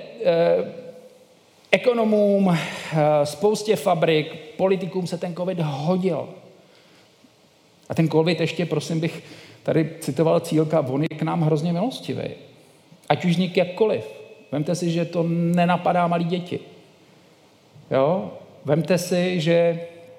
[SPEAKER 2] ekonomům, spoustě fabrik, politikům se ten covid hodil. A ten Colville ještě, prosím bych, tady citoval Cílka, on je k nám hrozně milostivý. Ať už vznik jakkoliv. Vemte si, že to nenapadá malí děti. Jo? Vemte si, že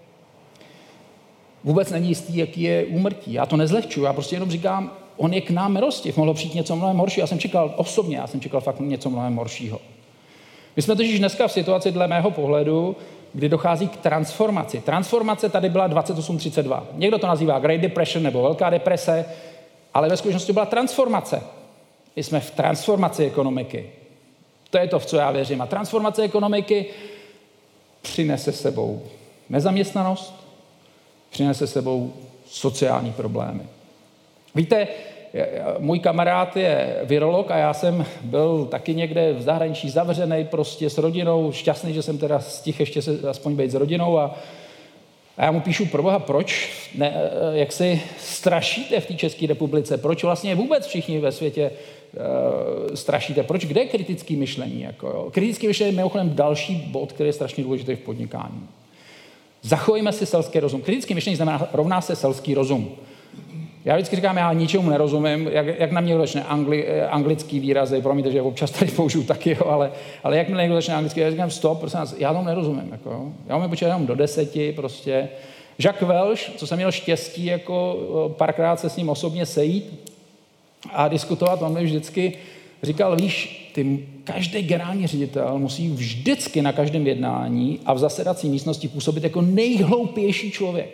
[SPEAKER 2] vůbec není jistý, jaký je úmrtí. Já to nezlehčuju, já prostě jenom říkám, on je k nám milostiv, mohlo přijít něco mnohem horšího. Já jsem čekal fakt něco mnohem horšího. My jsme totiž dneska v situaci, dle mého pohledu, kdy dochází k transformaci. Transformace tady byla 2832. Někdo to nazývá Great Depression nebo Velká deprese, ale ve skutečnosti byla transformace. My jsme v transformaci ekonomiky. To je to, v co já věřím. A transformace ekonomiky přinese sebou nezaměstnanost, přinese sebou sociální problémy. Víte, můj kamarád je virolog a já jsem byl taky někde v zahraničí zavřený prostě s rodinou, šťastný, že jsem teda stihl ještě se aspoň být s rodinou a já mu píšu, proboha, proč jak si strašíte v té České republice, proč vlastně vůbec všichni ve světě strašíte, proč, kde je kritické myšlení? Jako, jo? Kritické myšlení je mimochodem další bod, který je strašně důležitý v podnikání. Zachovejme si selský rozum. Kritické myšlení znamená rovná se selský rozum. Já vždycky říkám, já ničemu nerozumím, jak na mě začne anglický výrazy, promiňte, že občas tady použiju taky, jo, ale jak mi někdo začne anglicky, já říkám stop, prosím vás, já tomu nerozumím. Jako, já umím počítat jenom do 10, prostě. Jacques Welch, co jsem měl štěstí, jako párkrát se s ním osobně sejít a diskutovat, on mi vždycky říkal, víš, každý generální ředitel musí vždycky na každém jednání a v zasedací místnosti působit jako nejhloupější člověk.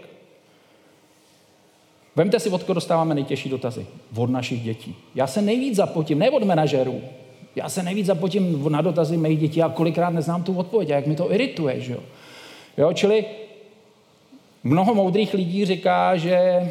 [SPEAKER 2] Vemte si, od koho dostáváme nejtěžší dotazy. Od našich dětí. Já se nejvíc zapotím, ne od manažerů, já se nejvíc zapotím na dotazy mých dětí a kolikrát neznám tu odpověď a jak mi to irituje, že jo? Čili mnoho moudrých lidí říká, že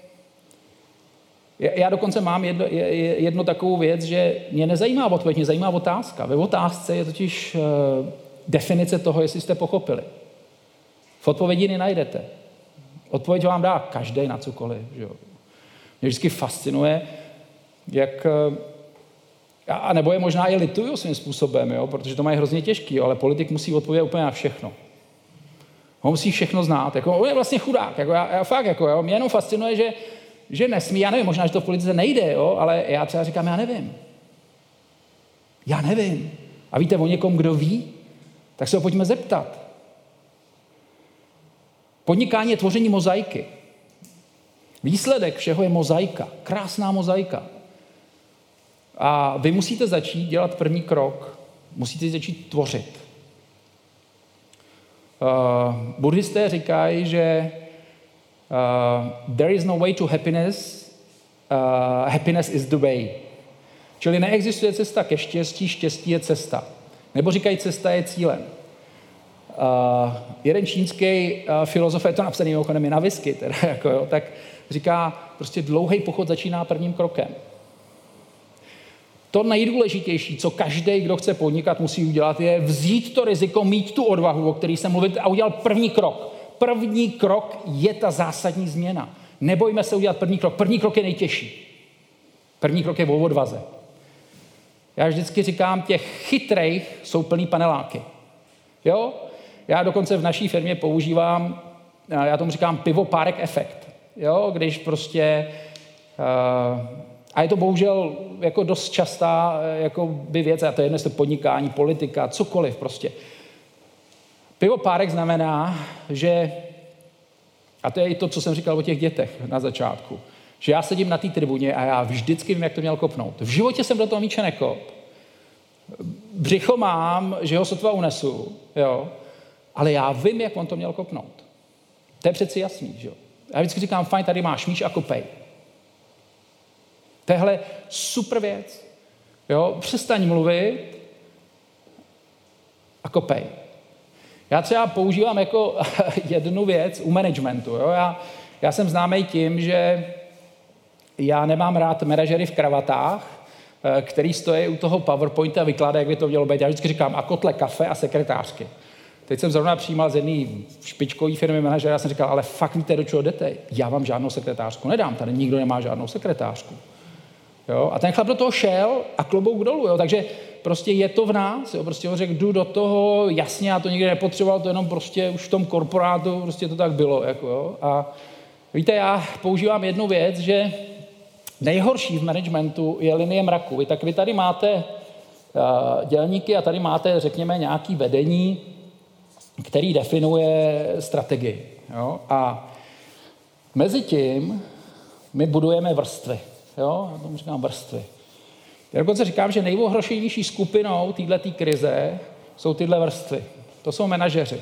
[SPEAKER 2] já dokonce mám jednu takovou věc, že mě nezajímá odpověď, mě zajímá otázka. Ve otázce je totiž definice toho, jestli jste pochopili. V odpovědi nenajdete. Odpověď vám dá každý na cokoliv. Že jo. Mě vždycky fascinuje, jak... A nebo je možná i lituju svým způsobem, jo, protože to mají hrozně těžký, jo, ale politik musí odpovědět úplně na všechno. On musí všechno znát. Jako, on je vlastně chudák. Jako já fakt, jako, jo, mě jenom fascinuje, že nesmí. Já nevím, možná, že to v politice nejde, jo, ale já třeba říkám, já nevím. Já nevím. A víte o někom, kdo ví? Tak se ho pojďme zeptat. Podnikání je tvoření mozaiky. Výsledek všeho je mozaika. Krásná mozaika. A vy musíte začít dělat první krok. Musíte začít tvořit. Buddhisté říkají, že there is no way to happiness, happiness is the way. Čili neexistuje cesta ke štěstí, štěstí je cesta. Nebo říkají, cesta je cílem. Jeden čínský filozof, je to napsaný mimochodem i na whisky, teda, jako, jo, tak říká, prostě dlouhý pochod začíná prvním krokem. To nejdůležitější, co každý, kdo chce podnikat, musí udělat, je vzít to riziko, mít tu odvahu, o který jsem mluvil, a udělat první krok. První krok je ta zásadní změna. Nebojme se udělat první krok. První krok je nejtěžší. První krok je o odvaze. Já vždycky říkám, těch chytrejch jsou plný paneláky. Jo? Já dokonce v naší firmě používám, já tomu říkám pivopárek efekt. Jo? Když prostě, a je to bohužel jako dost častá jako by věc, a to je jedno, jestli podnikání, politika, cokoliv prostě. Pivopárek znamená, že, a to je i to, co jsem říkal o těch dětech na začátku, že já sedím na té tribuně a já vždycky vím, jak to měl kopnout. V životě jsem do toho míče nekop. Břicho mám, že ho sotva unesu, jo, ale já vím, jak on to měl kopnout. To je přeci jasný, že jo. Já vždycky říkám, fajn, tady máš míč a kopej. Tohle super věc. Jo, přestaň mluvit a kopej. Já třeba používám jako jednu věc u managementu. Jo. Já jsem známý tím, že já nemám rád manažery v kravatách, který stojí u toho PowerPointu a vykládá, jak by to mělo být. Já vždycky říkám, a kotle kafe a sekretářky. Teď jsem zrovna přijímal z jedné špičkové firmy manažera, já jsem říkal, ale fakt víte, do čeho jdete? Já vám žádnou sekretářku nedám, tady nikdo nemá žádnou sekretářku. Jo? A ten chlap do toho šel a klobouk dolů, jo? Takže prostě je to v nás, jo? Prostě ho řekl, jdu do toho, jasně, já to nikdy nepotřeboval, to jenom prostě už v tom korporátu prostě to tak bylo. Jako, jo? Víte, já používám jednu věc, že nejhorší v managementu je linie mraku. Vy tady máte dělníky a tady máte, řekněme, nějaký vedení, který definuje strategii. Jo? A mezi tím my budujeme vrstvy. Jo? Já tomu říkám vrstvy. Já dokonce říkám, že nejohroženější skupinou této krize jsou tyhle vrstvy. To jsou manažeři.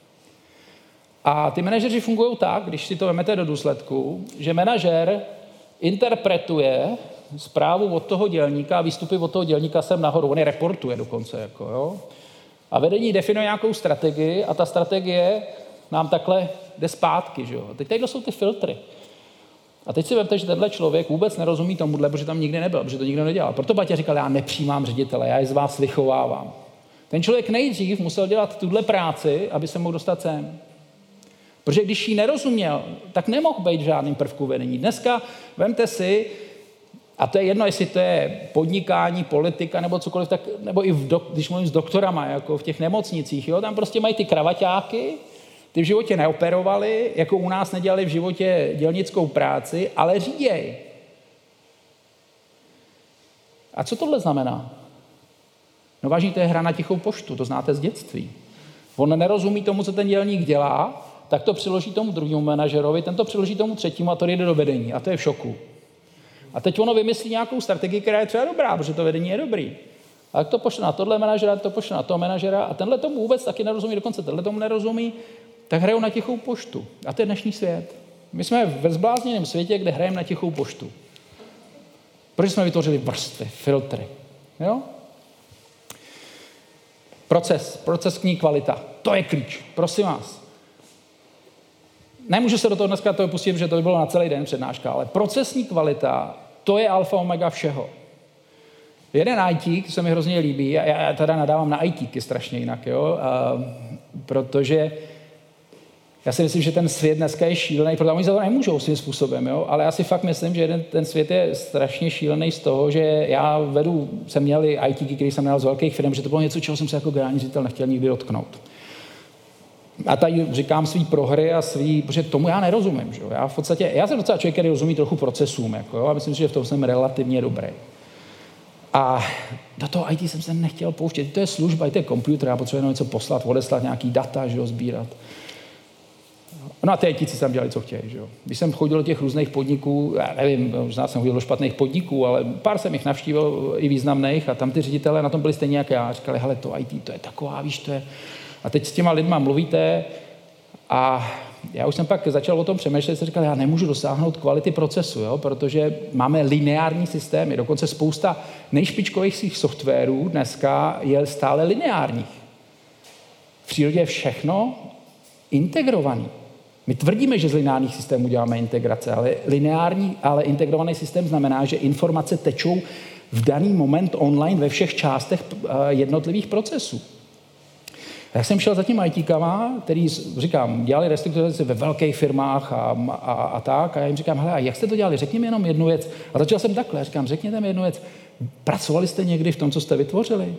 [SPEAKER 2] A ty manažeři fungují tak, když si to vezmete do důsledku, že manažer interpretuje zprávu od toho dělníka a výstupy od toho dělníka sem nahoru. On je reportuje dokonce. Jako, jo? A vedení definuje nějakou strategii a ta strategie nám takhle jde zpátky. Že jo? Teď tady jsou ty filtry. A teď si vemte, že tenhle člověk vůbec nerozumí tomuhle, protože tam nikdy nebyl, protože to nikdo nedělal. Proto Baťa říkal, já nepřijímám ředitele, já je z vás vychovávám. Ten člověk nejdřív musel dělat tuhle práci, aby se mohl dostat sem. Protože když jí nerozuměl, tak nemohl být v žádným prvku vedení. Dneska vemte si, a to je jedno, jestli to je podnikání, politika nebo cokoliv, tak, nebo i když mluvím s doktorama, jako v těch nemocnicích, jo, tam prostě mají ty kravaťáky, ty v životě neoperovali, jako u nás nedělali v životě dělnickou práci, ale říděj. A co tohle znamená? No vážně, to je hra na tichou poštu, to znáte z dětství. On nerozumí tomu, co ten dělník dělá, tak to přiloží tomu druhému manažerovi, ten to přiloží tomu třetímu a to jde do vedení. A to je v šoku. A teď ono vymyslí nějakou strategii, která je třeba dobrá, protože to vedení je dobrý. A jak to pošle na tohle manažera, to pošle na toho manažera a tenhle tomu vůbec taky nerozumí, dokonce tenhle tomu nerozumí, tak hrajou na tichou poštu. A to je dnešní svět. My jsme ve zblázněném světě, kde hrajeme na tichou poštu. Protože jsme vytvořili vrstvy, filtry. Jo? Procesní kvalita. To je klíč. Prosím vás. Nemůžu se do toho dneska toho pustit, protože to by bylo na celý den přednáška, ale procesní kvalita, to je alfa omega všeho. Jeden IT, to se mi hrozně líbí, já teda nadávám na ITky strašně jinak, jo, protože já si myslím, že ten svět dneska je šílený, protože oni za to nemůžou svým způsobem, jo, ale já si fakt myslím, že ten svět je strašně šílený z toho, že jsem měl ITky, který jsem měl z velkých firm, že to bylo něco, čeho jsem se jako generální ředitel nechtěl nikdy dotknout. A tady říkám svý prohry a protože tomu já nerozumím. Že? Já jsem docela člověk, který rozumí trochu procesům. Jako, jo? A myslím si, že v tom jsem relativně dobrý. A do toho IT jsem se nechtěl pouštět. To je služba, to je počítač, já potřebuji něco poslat, odeslat nějaký data, že jo, sbírat. No a ty ITci jsem dělali, co chtějí. Že jo? Když jsem chodil do těch různých podniků, já nevím, možná jsem chodil do špatných podniků, ale pár jsem jich navštívil i významných a tam ty ředitelé na tom byli stejně jak já. Říkali, hele, to IT, to je taková, víš, to je... A teď s těma lidma mluvíte a já už jsem pak začal o tom přemýšlet, jsem říkal, já nemůžu dosáhnout kvality procesu, jo, protože máme lineární systémy, dokonce spousta nejšpičkovějších softwarů dneska je stále lineárních. V přírodě je všechno integrovaný. My tvrdíme, že z lineárních systémů děláme integrace, ale integrovaný systém znamená, že informace tečou v daný moment online ve všech částech jednotlivých procesů. Já jsem šel za těmi ITkama, který, říkám, dělali restrukturalizaci ve velkých firmách a tak. A já jim říkám, hele, a jak jste to dělali? Řekni mi jenom jednu věc. A začal jsem takhle, říkám, řekněte mi jednu věc. Pracovali jste někdy v tom, co jste vytvořili?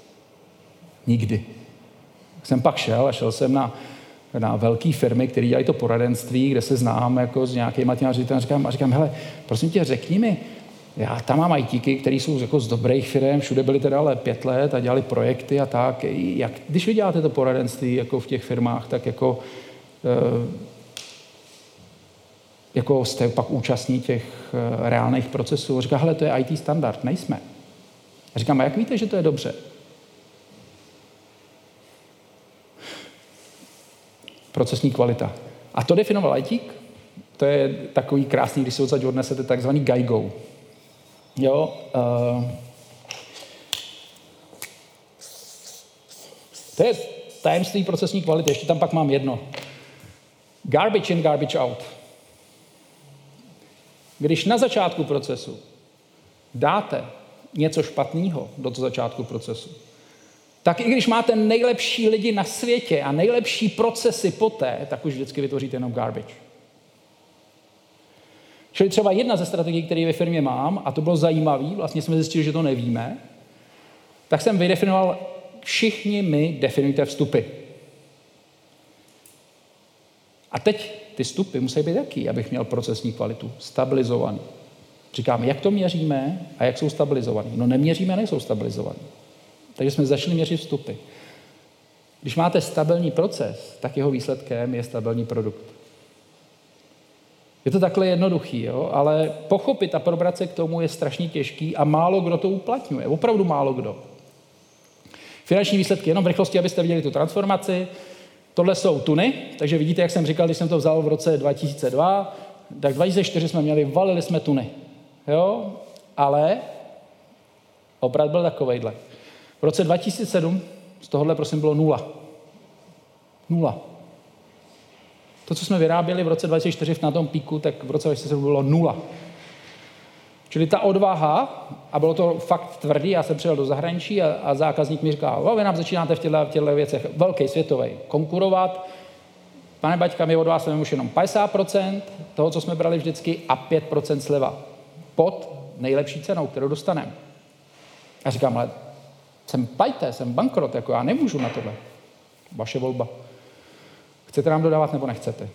[SPEAKER 2] Nikdy. Tak jsem pak šel jsem na velké firmy, které dělají to poradenství, kde se znám jako s nějakýma těma ředitelem a říkám, hele, prosím tě, řekni mi, já tam mám ITky, které jsou jako z dobrých firm, všude byli teda ale 5 let a dělali projekty a tak. Když vy děláte to poradenství jako v těch firmách, tak jako jste pak účastní těch reálných procesů. Říká, hele, to je IT standard, nejsme. A říkám, a jak víte, že to je dobře? Procesní kvalita. A to definoval ITík. To je takový krásný, když si odsaď odnesete takzvaný GAIGO. Jo, to je tajemství procesní kvality. Ještě tam pak mám jedno. Garbage in, garbage out. Když na začátku procesu dáte něco špatného do toho začátku procesu, tak i když máte nejlepší lidi na světě a nejlepší procesy poté, tak už vždycky vytvoříte jenom garbage. Čili třeba jedna ze strategií, které ve firmě mám, a to bylo zajímavé, vlastně jsme zjistili, že to nevíme, tak jsem A teď ty vstupy musí být jaký, abych měl procesní kvalitu? Stabilizovaný. Říkám, jak to měříme a jak jsou stabilizovaný? No neměříme, nejsou stabilizovaný. Takže jsme začali měřit vstupy. Když máte stabilní proces, tak jeho výsledkem je stabilní produkt. Je to takhle jednoduchý, jo? Ale pochopit a probrat se k tomu je strašně těžký a málo kdo to uplatňuje. Opravdu málo kdo. Finanční výsledky, jenom v rychlosti, abyste viděli tu transformaci. Tohle jsou tuny, takže vidíte, jak jsem říkal, když jsem to vzal v roce 2002, tak 2004 jsme měli, valili jsme tuny. Jo? Ale obrat byl takovejhle. V roce 2007 z tohohle prosím bylo 0. 0. To, co jsme vyráběli v roce 2004 na tom píku, tak v roce 2007 bylo 0. Čili ta odvaha, a bylo to fakt tvrdý, já jsem přijel do zahraničí a zákazník mi říkal, vy nám začínáte v těchto věcech velký světový konkurovat, pane Baťka, my od vás jsme už jenom 50% toho, co jsme brali vždycky, a 5% sleva pod nejlepší cenou, kterou dostaneme. A říkám, ale jsem pajte, jsem bankrot, jako já nemůžu na tohle. Vaše volba. Chcete nám dodávat, nebo nechcete?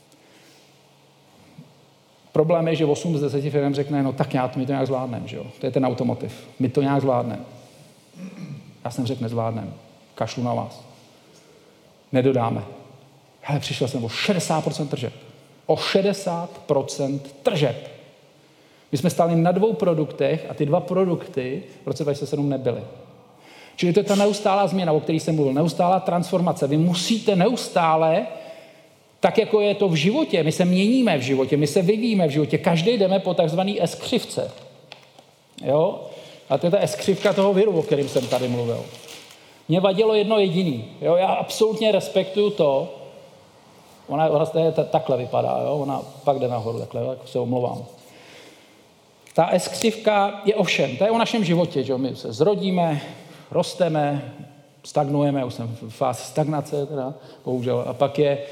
[SPEAKER 2] Problém je, že 8 z 10 firm řekne, no tak my to nějak zvládneme, že jo? To je ten automotiv. My to nějak zvládneme. Já jsem řekl, nezvládneme. Kašlu na vás. Nedodáme. Hele, přišel jsem o 60% tržeb. O 60% tržeb. My jsme stáli na 2 produktech a ty 2 produkty v roce 2007 nebyly. Čili to je ta neustálá změna, o které jsem mluvil. Neustálá transformace. Vy musíte neustále, tak jako je to v životě, my se měníme v životě, my se vyvíjíme v životě, každý jdeme po takzvaný S-křivce. Jo? A to je ta S-křivka toho viru, o kterém jsem tady mluvil. Mně vadilo jedno jediný. Jo? Já absolutně respektuju to, ona takhle vypadá, jo? Ona pak jde nahoru, takhle, jako se omlouvám. Ta S-křivka je ovšem, to je o našem životě, že my se zrodíme, rosteme, stagnujeme, už jsem v fázi stagnace, teda, bohužel, a pak je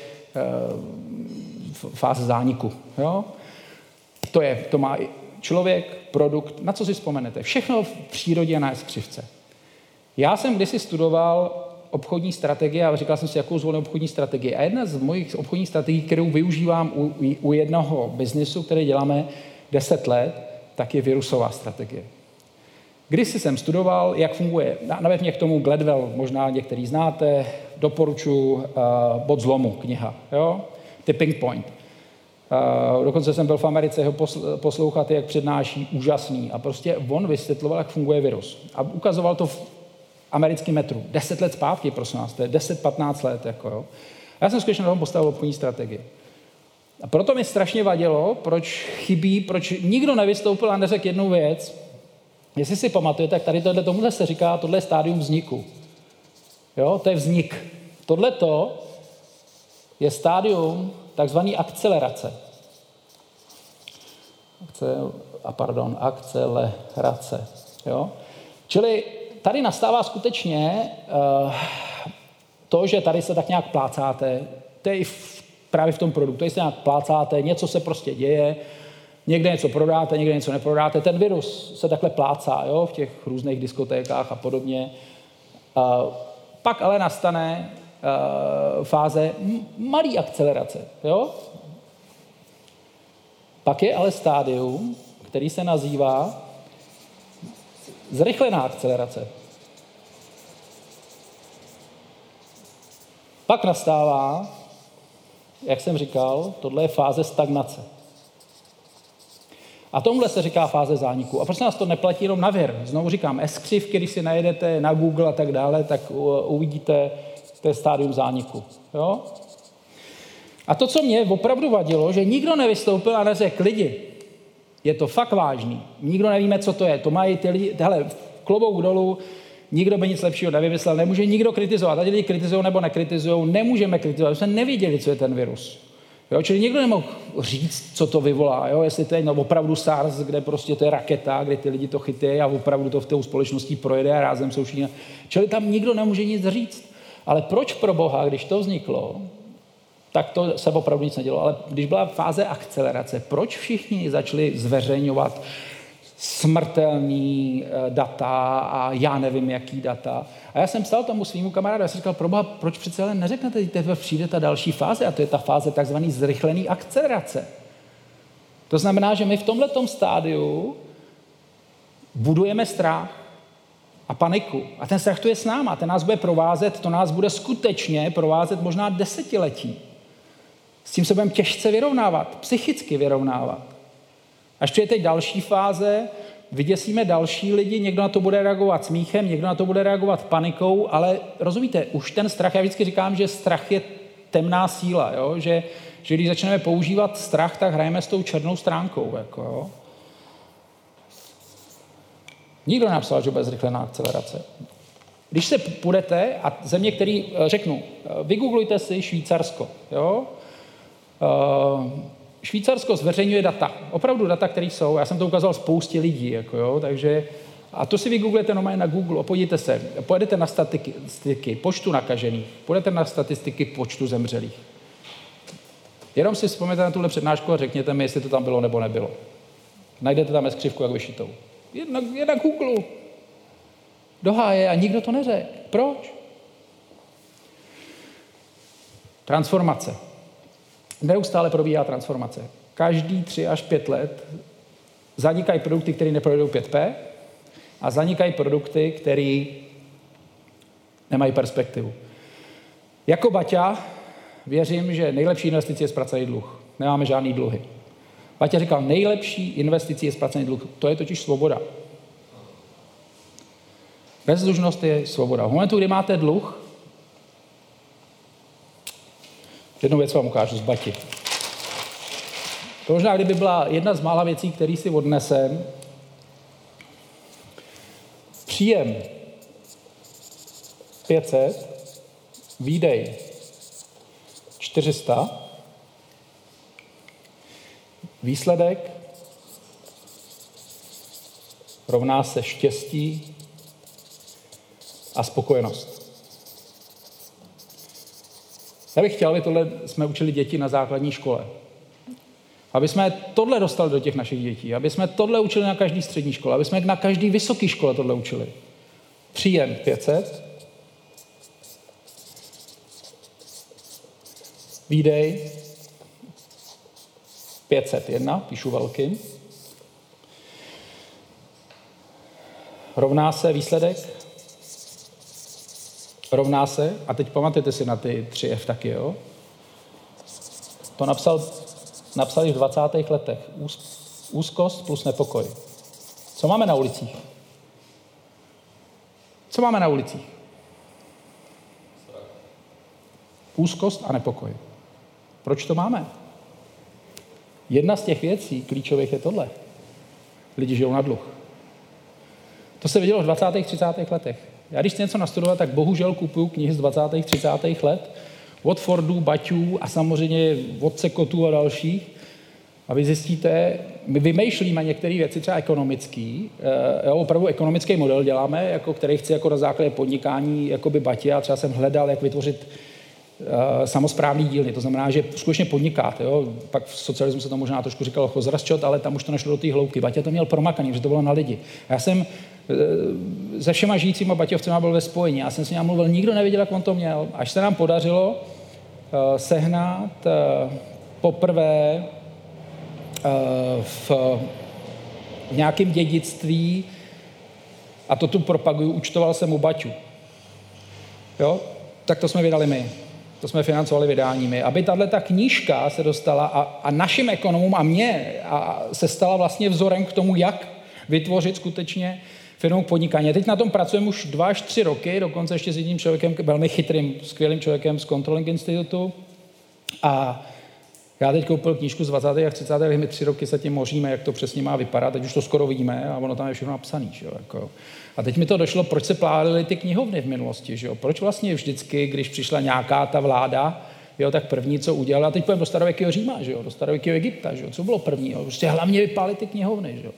[SPEAKER 2] fáze zániku. Jo? To má člověk, produkt, na co si vzpomenete. Všechno v přírodě je na S-křivce. Já jsem kdysi studoval obchodní strategie a říkal jsem si, jakou zvolím obchodní strategii. A jedna z mojich obchodních strategií, kterou využívám u jednoho biznisu, který děláme 10 let, tak je virusová strategie. Kdysi jsem studoval, jak funguje, naved mě k tomu Gladwell, možná některý znáte, doporučuji Bod zlomu, kniha, jo? Tipping Point. Dokonce jsem byl v Americe ho poslouchat, jak přednáší, úžasný. A prostě on vysvětloval, jak funguje virus. A ukazoval to v americkém metru. 10 let zpátky, prosím vás, to je 10-15 let. Jako, jo? A já jsem skutečně na tom postavil obchodní strategii. A proto mi strašně vadilo, proč nikdo nevystoupil a neřekl jednu věc. Jestli si pamatujete, tak tady tomuhle se říká, tohle je stádium vzniku. Jo, to je vznik. Tohleto je stádium takzvané akcelerace. Akcelerace. Jo? Čili tady nastává skutečně to, že tady se tak nějak plácáte, to je i právě v tom produktu, tady se nějak plácáte, něco se prostě děje, někde něco prodáte, někde něco neprodáte. Ten virus se takhle plácá, jo, v těch různých diskotékách a podobně. Pak ale nastane fáze malé akcelerace. Jo? Pak je ale stádium, který se nazývá zrychlená akcelerace. Pak nastává, jak jsem říkal, tohle je fáze stagnace. A tomuhle se říká fáze zániku. A prosím nás, to neplatí jenom na vir. Znovu říkám, S-křivky, když si najedete na Google a tak dále, tak uvidíte, to je stádium zániku. Jo? A to, co mě opravdu vadilo, že nikdo nevystoupil a neřekl, lidi, je to fakt vážný. Nikdo nevíme, co to je. To mají ty lidi, hele, klobouk dolů, nikdo by nic lepšího nevymyslel, nemůže nikdo kritizovat. Ať lidi kritizují nebo nekritizujou, nemůžeme kritizovat. My jsme nevěděli, co je ten virus. Jo, čili nikdo nemohl říct, co to vyvolá. Jo? Jestli to je opravdu SARS, kde prostě to je raketa, kde ty lidi to chytají a opravdu to v té společnosti projede a rázem jsou všichni. Čili tam nikdo nemůže nic říct. Ale proč pro Boha, když to vzniklo, tak to se opravdu nic nedělo. Ale když byla fáze akcelerace, proč všichni začali zveřejňovat smrtelný data a já nevím, jaký data. A já jsem psal tomu svýmu kamarádu, já jsem říkal, proboha, proč přece ale neřeknete, že teďka přijde ta další fáze, a to je ta fáze takzvaný zrychlený akcelerace. To znamená, že my v tomhletom stádiu budujeme strach a paniku. A ten strach tu je s náma, ten nás bude provázet, to nás bude skutečně provázet možná desetiletí. S tím se budeme těžce vyrovnávat, psychicky vyrovnávat. Až přijde teď další fáze, vyděsíme další lidi, někdo na to bude reagovat smíchem, někdo na to bude reagovat panikou, ale rozumíte, už ten strach, já vždycky říkám, že strach je temná síla, jo? Že když začneme používat strach, tak hrajeme s tou černou stránkou. Jako, jo? Nikdo nenapsal, že bude zrychlená akcelerace. Když se půjdete, a země, který řeknu, vygooglujte si Švýcarsko, jo? Švýcarsko zveřejňuje data, opravdu data, které jsou, já jsem to ukázal spoustě lidí, jako jo, takže, a to si vygooglujete normálně na Google, podívejte se, pojedete na statistiky počtu nakažených, pojedete na statistiky počtu zemřelých. Jenom si vzpomeňte na tuhle přednášku a řekněte mi, jestli to tam bylo nebo nebylo. Najdete tam skřivku jak vyšitou. Je na Google. Do háje a nikdo to neřekl. Proč? Transformace. Neustále probíhá transformace. Každý 3 až 5 let zanikají produkty, které neprojdou 5P a zanikají produkty, které nemají perspektivu. Jako Baťa věřím, že nejlepší investice je zpracený dluh. Nemáme žádný dluhy. Baťa říkal, nejlepší investicí je zpracený dluh. To je totiž svoboda. Bezdlužnost je svoboda. V momentu, kdy máte dluh, jednu věc vám ukážu z Bati. To možná, kdyby byla jedna z mála věcí, které si odnesem. Příjem 500, výdej 400, výsledek rovná se štěstí a spokojenost. Já bych chtěl, aby tohle jsme učili děti na základní škole. Aby jsme tohle dostali do těch našich dětí. Aby jsme tohle učili na každé střední škole. Aby jsme na každé vysoké škole tohle učili. Příjem 500. Výdej 501, píšu velkým. Rovná se výsledek. Rovná se, a teď pamatujte si na ty 3F taky, jo? To napsali v 20. letech. Úzkost plus nepokoj. Co máme na ulicích? Co máme na ulicích? Úzkost a nepokoj. Proč to máme? Jedna z těch věcí klíčových je tohle. Lidi žijou na dluh. To se vidělo v 20. 30. letech. Já když chci něco nastudovat, tak bohužel kupuju knihy z 20. 30. let od Fordů, Baťů a samozřejmě od Cekotů a dalších. A vy zjistíte, my vymýšlíme některé věci třeba ekonomický, opravdu ekonomický model děláme, jako, který chci jako na základě podnikání jakoby Batě, a třeba jsem hledal, jak vytvořit samosprávný dílny. To znamená, že skutečně podnikáte. Jo? Pak v socialismu se to možná trošku říkalo chozrasčot, ale tam už to nešlo do té hloubky. Batě to měl promakaný, že to bylo na lidi. Já jsem se všema žijícíma baťovcema byl ve spojení. Já jsem s ním mluvil, nikdo nevěděl, jak on to měl. Až se nám podařilo sehnat poprvé v nějakém dědictví, a to tu propaguju, účtoval jsem u Baťu. Jo? Tak to jsme vydali my. To jsme financovali vydáními. Aby tato knížka se dostala a našim ekonomům a mně se stala vlastně vzorem k tomu, jak vytvořit skutečně firmu k podnikání. Teď na tom pracujeme už 2 až 3 roky, dokonce ještě s jedním člověkem, velmi chytrým, skvělým člověkem z Controlling Institutu. A já teď koupil knížku z 20. a 30. let, my 3 roky se tím moříme, jak to přesně má vypadat, teď už to skoro vidíme a ono tam je všechno napsané. Jako. A teď mi to došlo, proč se plálily ty knihovny v minulosti. Že jo? Proč vlastně vždycky, když přišla nějaká ta vláda, jo, tak první, co udělala, a teď půjdeme do starověkého Říma, že jo? Do starověkého Egypta, že jo? Co bylo první? Jo? Prostě hlavně vypálit ty knihovny. Že jo?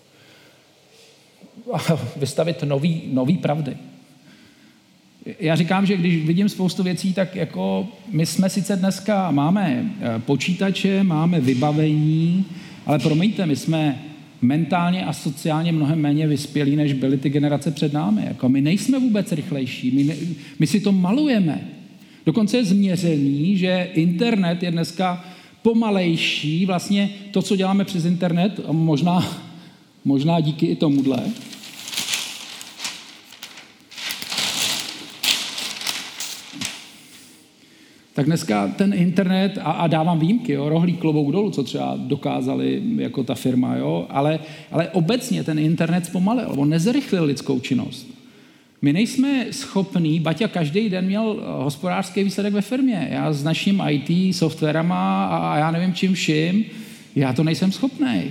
[SPEAKER 2] A vystavit nový pravdy. Já říkám, že když vidím spoustu věcí, tak jako my jsme sice dneska máme počítače, máme vybavení, ale promiňte, my jsme
[SPEAKER 1] mentálně a sociálně mnohem méně vyspělí, než byly ty generace před námi. Jako my nejsme vůbec rychlejší, my si to malujeme. Dokonce je změřený, že internet je dneska pomalejší, vlastně to, co děláme přes internet, a možná díky i tomuhle. Tak dneska ten internet, a dávám výjimky, jo, rohlík klobouk dolů, co třeba dokázali jako ta firma, jo, ale obecně ten internet zpomalil, on nezrychlil lidskou činnost. My nejsme schopní, Baťa každý den měl hospodářský výsledek ve firmě. Já s naším IT, softwarama a já nevím čím vším, já to nejsem schopnej.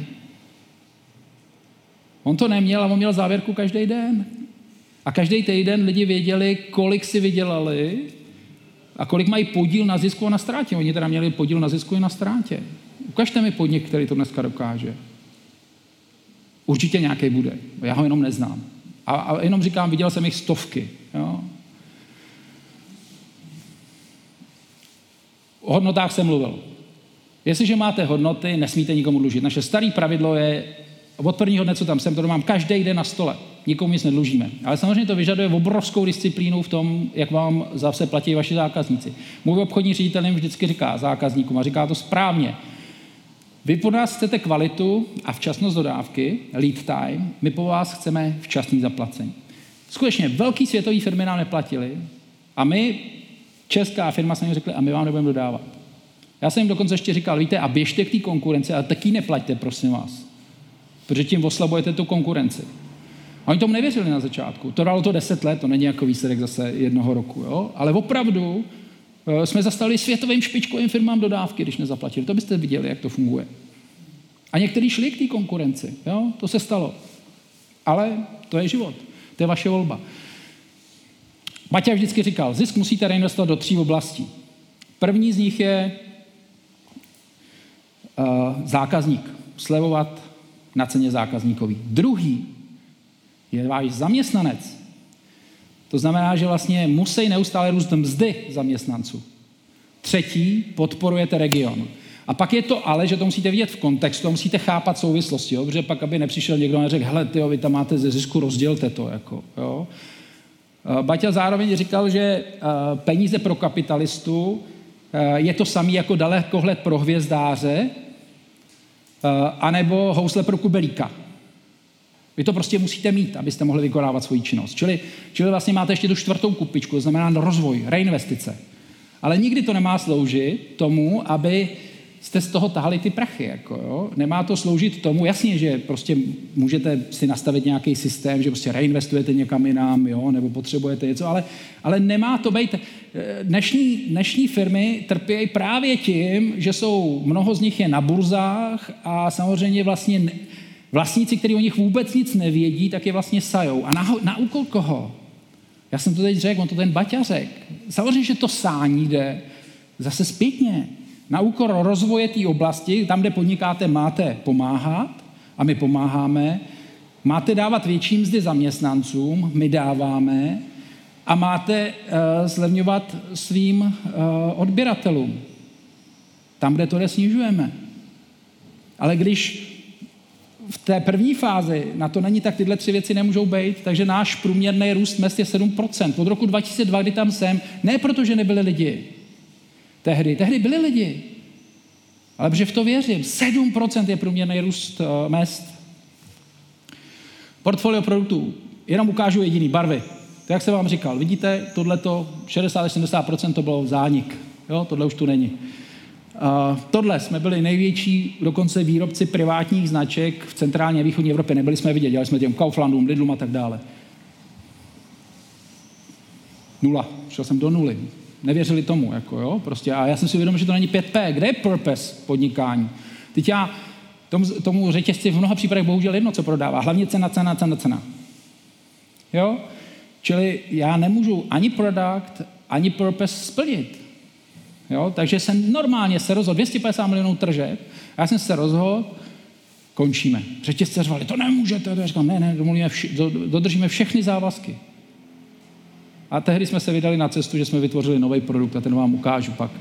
[SPEAKER 1] On to neměl a on měl závěrku každý den. A každý týden lidi věděli, kolik si vydělali a kolik mají podíl na zisku a na ztrátě. Oni teda měli podíl na zisku i na ztrátě. Ukažte mi podnik, který to dneska dokáže. Určitě nějaký bude. Já ho jenom neznám. A jenom říkám, viděl jsem jich stovky. Jo? O hodnotách jsem mluvil. Jestliže máte hodnoty, nesmíte nikomu dlužit. Naše staré pravidlo je, od prvního dne, co tam jsem, to mám každý den na stole. Nikomu nic nedlužíme. Ale samozřejmě to vyžaduje obrovskou disciplínu v tom, jak vám zase platí vaši zákazníci. Můj obchodní ředitel jim vždycky říká zákazníkům, a říká to správně, vy po nás chcete kvalitu a včasnost dodávky, lead time, my po vás chceme včasný zaplacení. Skutečně velký světový firmy nám neplatili a my, česká firma, jsme jim řekli, a my vám nebudeme dodávat. Já jsem jim dokonce ještě říkal, víte, a běžte k té konkurenci, ale taky neplaťte, prosím vás, protože tím oslabujete tu konkurenci. A oni tomu nevěřili na začátku. To dalo to 10 let, to není jako výsledek zase jednoho roku, jo? Ale opravdu jsme zastavili světovým špičkovým firmám dodávky, když nezaplatili. To byste viděli, jak to funguje. A někteří šli k té konkurenci. Jo? To se stalo. Ale to je život. To je vaše volba. Baťa vždycky říkal, zisk musíte reinvestovat do 3 oblastí. První z nich je zákazník. Slevovat na ceně zákazníkový. Druhý je váš zaměstnanec. To znamená, že vlastně musí neustále růst mzdy zaměstnanců. Třetí, podporujete region. A pak je to ale, že to musíte vidět v kontextu, musíte chápat souvislosti, jo? Protože pak, aby nepřišel někdo a neřekl, hele, tyjo, vy tam máte ze zisku, rozdělte to. Jako, jo? Baťa zároveň říkal, že peníze pro kapitalistu je to samé jako dalekohled pro hvězdáře anebo housle pro kubelíka. Vy to prostě musíte mít, abyste mohli vykonávat svoji činnost. Čili vlastně máte ještě tu 4. kupičku, to znamená rozvoj, reinvestice. Ale nikdy to nemá sloužit tomu, aby jste z toho tahali ty prachy. Jako, jo? Nemá to sloužit tomu, jasně, že prostě můžete si nastavit nějaký systém, že prostě reinvestujete někam jinam, jo? Nebo potřebujete něco, ale nemá to být. Dnešní firmy trpějí právě tím, že mnoho z nich je na burzách a samozřejmě vlastně vlastníci, kteří o nich vůbec nic nevědí, tak je vlastně sajou. A na úkol koho? Já jsem to teď řekl, on to ten Baťa řekl. Samozřejmě, že to sání jde zase zpětně. Na úkor rozvoje té oblasti, tam, kde podnikáte, máte pomáhat a my pomáháme. Máte dávat větší mzdy zaměstnancům, my dáváme. A máte zlevňovat svým odběratelům. Tam, kde to jde, snižujeme. Ale když v té první fázi na to není, tak tyhle 3 věci nemůžou být, takže náš průměrný růst mezd je 7%. Od roku 2002, kdy tam jsem, ne proto, že nebyli lidi. Tehdy byli lidi. Ale protože v to věřím. 7% je průměrný růst mezd. Portfolio produktů. Jenom ukážu jediný, barvy. To, jak jsem vám říkal, vidíte, tohleto 60-70% to bylo zánik. Jo, tohle už tu není. Tohle jsme byli největší dokonce výrobci privátních značek v centrální a východní Evropě. Nebyli jsme vidět, dělali jsme těm Kauflandům, Lidlům a tak dále. 0. Šel jsem do 0. Nevěřili tomu, jako jo, prostě. A já jsem si uvědomil, že to není 5P. Kde je purpose podnikání? Teď já tomu řetězci v mnoha případech bohužel jedno, co prodává. Hlavně cena. Jo? Čili já nemůžu ani product, ani purpose splnit. Jo? Takže jsem normálně se rozhodl, 250 milionů tržeb, já jsem se rozhodl, končíme. Řetězce řvali, to nemůžete. Já říkám, ne, dodržíme všechny závazky. A tehdy jsme se vydali na cestu, že jsme vytvořili nový produkt a ten vám ukážu pak.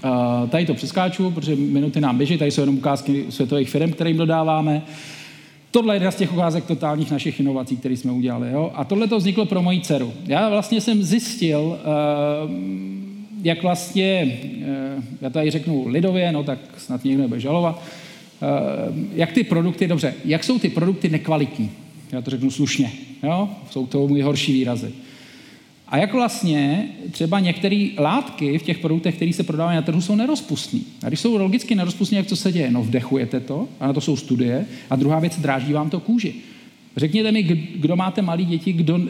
[SPEAKER 1] Tady to přeskáču, protože minuty nám běží, tady jsou jenom ukázky světových firm, kterým dodáváme.
[SPEAKER 2] Tohle je jedna z těch ukázek totálních našich inovací, které jsme udělali. Jo? A tohle to vzniklo pro moji dceru. Já vlastně jsem zjistil, jak vlastně, já tady řeknu lidově, no tak snad někdo nebude žalovat, jak ty produkty, dobře, jak jsou ty produkty nekvalitní. Já to řeknu slušně, jo? Jsou to můj horší výrazy. A jak vlastně třeba některé látky v těch produktech, které se prodávají na trhu, jsou nerozpustné. A když jsou logicky nerozpustné, jak co se děje? No vdechujete to, a na to jsou studie, a druhá věc, dráždí vám to kůži. Řekněte mi, kdo máte malé děti,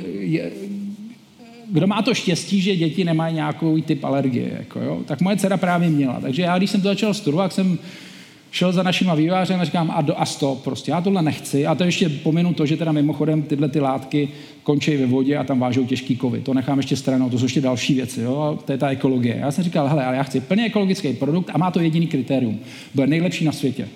[SPEAKER 2] kdo má to štěstí, že děti nemají nějakou typ alergie. Jako, jo? Tak moje dcera právě měla. Takže já, když jsem to začal studovat, jsem šel za našima vývojářem a říkám, a stop, prostě já tohle nechci. A to ještě pominu to, že teda mimochodem tyhle ty látky končí ve vodě a tam vážou těžký kovy. To nechám ještě stranou, to jsou ještě další věci, jo? To je ta ekologie. Já jsem říkal, hele, ale já chci plně ekologický produkt a má to jediný kritérium. Bude nejlepší na světě.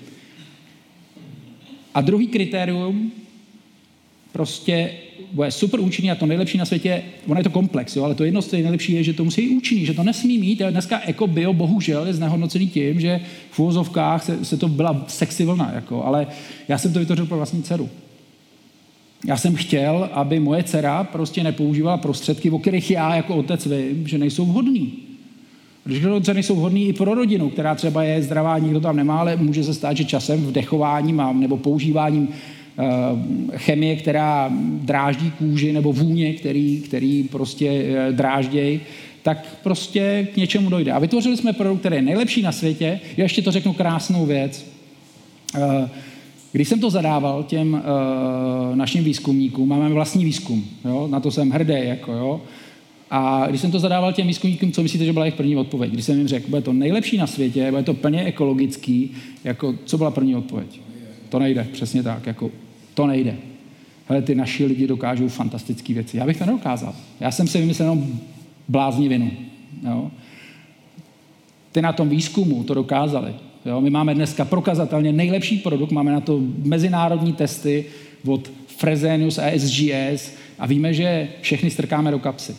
[SPEAKER 2] A druhý kritérium prostě bude super účinný a to nejlepší na světě, ono je to komplex, jo, ale to jedno z těch nejlepší je, že to musí být účinný, že to nesmí mít. Dneska bio bohužel je znehodnocený tím, že v uvozovkách se to byla sexy vlna, jako, ale já jsem to vytvořil pro vlastní dceru. Já jsem chtěl, aby moje dcera prostě nepoužívala prostředky, o kterých já jako otec vím, že nejsou vhodný. Když dokonce nejsou vhodný i pro rodinu, která třeba je zdravá, nikdo tam nemá, ale může se stát, že časem vdechováním nebo používáním chemie, která dráždí kůži, nebo vůně, který prostě drážděj, tak prostě k něčemu dojde. A vytvořili jsme produkt, který je nejlepší na světě. Já ještě to řeknu krásnou věc. Když jsem to zadával těm našim výzkumníkům, máme vlastní výzkum, jo? Na to jsem hrdý, jako, jo? A když jsem to zadával těm výzkumníkům, co myslíte, že byla jejich první odpověď? Když jsem jim řekl, bude to nejlepší na světě, bude to plně ekologický, jako, co byla první odpověď? To nejde, přesně tak, jako to nejde. Hele, ty naši lidi dokážou fantastické věci. Já bych to nedokázal. Já jsem si vymyslel jenom bláznivinu. Jo? Ty na tom výzkumu to dokázali. Jo? My máme dneska prokazatelně nejlepší produkt, máme na to mezinárodní testy od Fresenius a SGS a víme, že všechny strkáme do kapsy.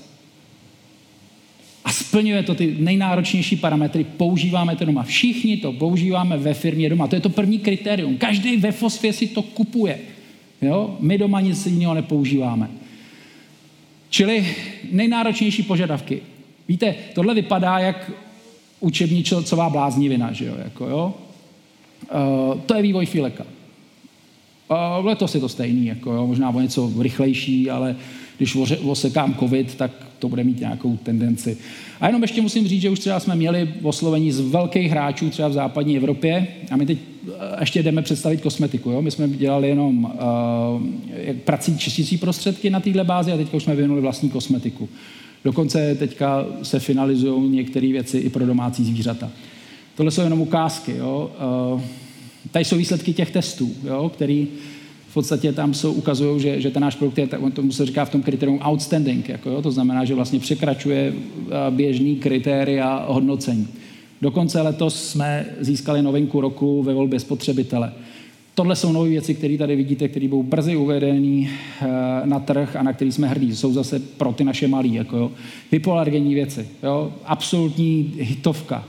[SPEAKER 2] A splňuje to ty nejnáročnější parametry, používáme to doma. Všichni to používáme ve firmě doma. To je to první kritérium. Každý ve Fosfě si to kupuje. Jo? My doma nic jiného nepoužíváme. Čili nejnáročnější požadavky. Víte, tohle vypadá jak učebnicová bláznivina, že jo? Jako, jo? To je vývoj Fileka. Letos je to stejný, jako, jo? Možná o něco rychlejší, ale když osekám covid, tak to bude mít nějakou tendenci. A jenom ještě musím říct, že už třeba jsme měli oslovení z velkých hráčů třeba v západní Evropě a my teď ještě jdeme představit kosmetiku. Jo? My jsme dělali jenom prací čistící prostředky na téhle bázi a teďka už jsme vyvinuli vlastní kosmetiku. Dokonce teďka se finalizují některé věci i pro domácí zvířata. Tohle jsou jenom ukázky. Jo? Tady jsou výsledky těch testů, jo? Který v podstatě tam ukazují, že ten náš produkt je, tomu se říká v tom kritérium outstanding, jako jo? To znamená, že vlastně překračuje běžný kritéria hodnocení. Dokonce letos jsme získali novinku roku ve volbě spotřebitele. Tohle jsou nové věci, které tady vidíte, které budou brzy uvedeny na trh a na který jsme hrdí. Jsou zase pro ty naše malí, jako jo. Hypoalergenní věci, jo. Absolutní hitovka.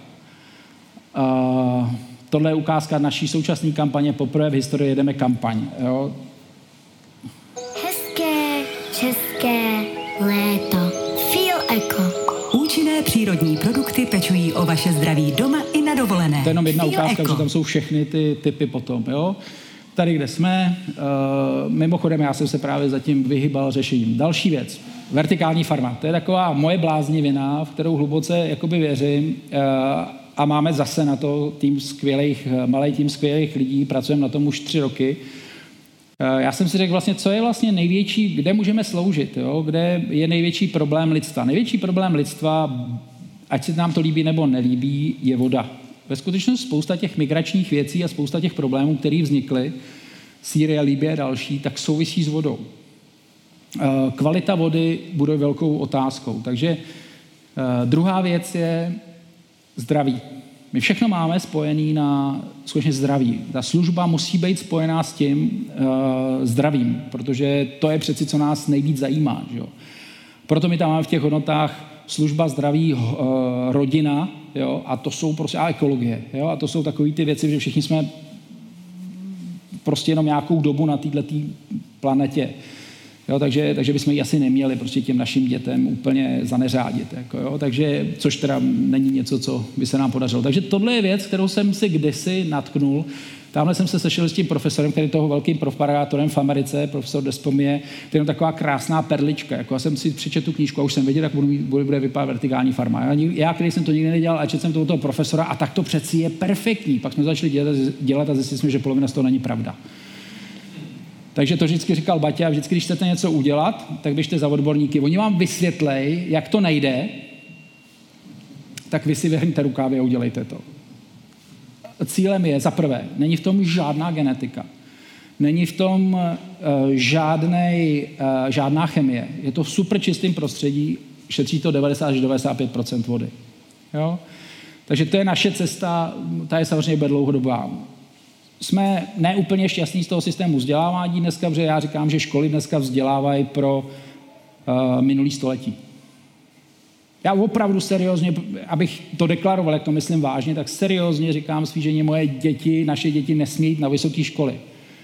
[SPEAKER 2] Tohle je ukázka naší současné kampaně. Poprvé v historii jedeme kampaň. Jo.
[SPEAKER 3] Hezké české léto. Feel Eco.
[SPEAKER 4] Účinné přírodní produkty pečují o vaše zdraví doma i na dovolené.
[SPEAKER 2] To je jenom jedna
[SPEAKER 4] Feel
[SPEAKER 2] ukázka,
[SPEAKER 4] Eco.
[SPEAKER 2] že tam jsou všechny ty typy potom. Jo. Tady, kde jsme, mimochodem já jsem se právě zatím vyhýbal řešením. Další věc, vertikální farma. To je taková moje bláznivina, v kterou hluboce jakoby věřím a máme zase na to malý tým skvělých lidí, pracujeme na tom už 3 roky. Já jsem si řekl vlastně, co je vlastně největší, kde můžeme sloužit, jo? Kde je největší problém lidstva. Největší problém lidstva, ať se nám to líbí nebo nelíbí, je voda. Ve skutečnosti spousta těch migračních věcí a spousta těch problémů, které vznikly, Sýrie, Libye a další, tak souvisí s vodou. Kvalita vody bude velkou otázkou. Takže druhá věc je zdraví. My všechno máme spojené na skutečně zdraví. Ta služba musí být spojená s tím zdravím, protože to je přeci, co nás nejvíc zajímá. Že jo? Proto my tam máme v těch hodnotách služba, zdraví, rodina, jo? A to jsou prostě ekologie. Jo? A to jsou takové ty věci, že všichni jsme prostě jenom nějakou dobu na této planetě. Jo, takže bychom ji asi neměli prostě těm našim dětem úplně zaneřádit. Jako, jo, takže, což teda není něco, co by se nám podařilo. Takže tohle je věc, kterou jsem si kdysi natknul. Tamhle jsem se sešel s tím profesorem, který je toho velkým propagátorem v Americe, profesor Despommier, který je taková krásná perlička. Jako já jsem si přečetl tu knížku a už jsem věděl, jak bude vypadat vertikální farma. Já, který jsem to nikdy nedělal, a četl jsem toho profesora a tak to přeci je perfektní. Pak jsme začali dělat a zjistili jsme, že polovina z toho není pravda. Takže to vždycky říkal Baťa, vždycky, když chcete něco udělat, tak běžte za odborníky. Oni vám vysvětlej, jak to nejde, tak vy si vyhrňte rukávy a udělejte to. Cílem je, za prvé, není v tom žádná genetika. Není v tom žádná chemie. Je to v super čistém prostředí, šetří to 90 až 95% vody. Jo? Takže to je naše cesta, ta je samozřejmě dlouhodobá. Jsme neúplně šťastní z toho systému vzdělávání dneska, protože já říkám, že školy dneska vzdělávají pro minulý století. Já opravdu seriózně, abych to deklaroval, jak to myslím vážně, tak seriózně říkám svý ženě, moje děti, naše děti nesmí jít na vysoké školy.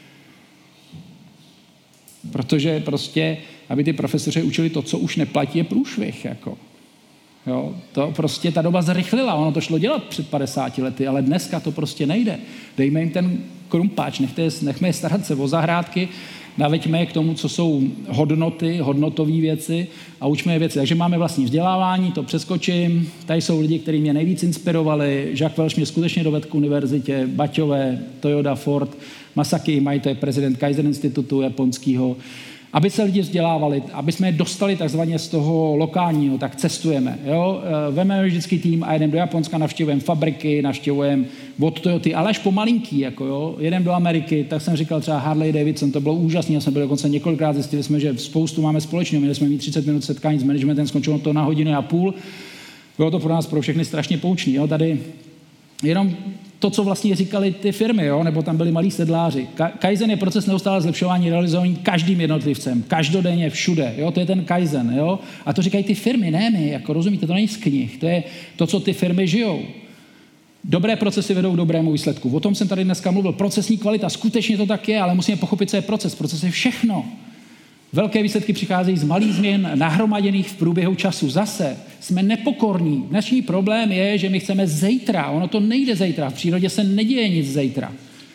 [SPEAKER 2] Protože prostě, aby ty profesoři učili to, co už neplatí, je průšvih. Jako. Jo, to prostě ta doba zrychlila, ono to šlo dělat před 50 lety, ale dneska to prostě nejde. Dejme jim ten krumpáč, nechme je starat se o zahrádky, naveďme je k tomu, co jsou hodnoty, hodnotové věci a učme je věci. Takže máme vlastní vzdělávání, to přeskočím. Tady jsou lidi, kteří mě nejvíc inspirovali. Jacques Welch mě skutečně dovedl k univerzitě, Baťové, Toyota, Ford, Masaki Imai, to je prezident Kaizen institutu japonského. Aby se lidi vzdělávali, aby jsme je dostali takzvaně z toho lokálního, tak cestujeme. Jo? Vememe vždycky tým a jedeme do Japonska, navštěvujeme fabriky, navštěvujeme od Toyoty, ale až pomalinký. Jako, jo? Jedeme do Ameriky, tak jsem říkal třeba Harley Davidson, to bylo úžasné, já jsem byl dokonce několikrát, zjistili jsme, že spoustu máme společného, měli jsme mít 30 minut setkání s managementem, skončilo to na 1,5 hodiny. Bylo to pro nás pro všechny strašně poučný. Jo? Tady jenom to, co vlastně říkali ty firmy, jo? Nebo tam byli malí sedláři. Kaizen je proces neustále zlepšování, realizování každým jednotlivcem, každodenně, všude. Jo? To je ten Kaizen. Jo? A to říkají ty firmy, ne my. Jako rozumíte, to není z knih. To je to, co ty firmy žijou. Dobré procesy vedou k dobrému výsledku. O tom jsem tady dneska mluvil. Procesní kvalita, skutečně to tak je, ale musíme pochopit, co je proces. Proces je všechno. Velké výsledky přicházejí z malých změn nahromaděných v průběhu času. Zase jsme nepokorní. Dnešní problém je, že my chceme zítra. Ono to nejde zítra. V přírodě se neděje nic zítra.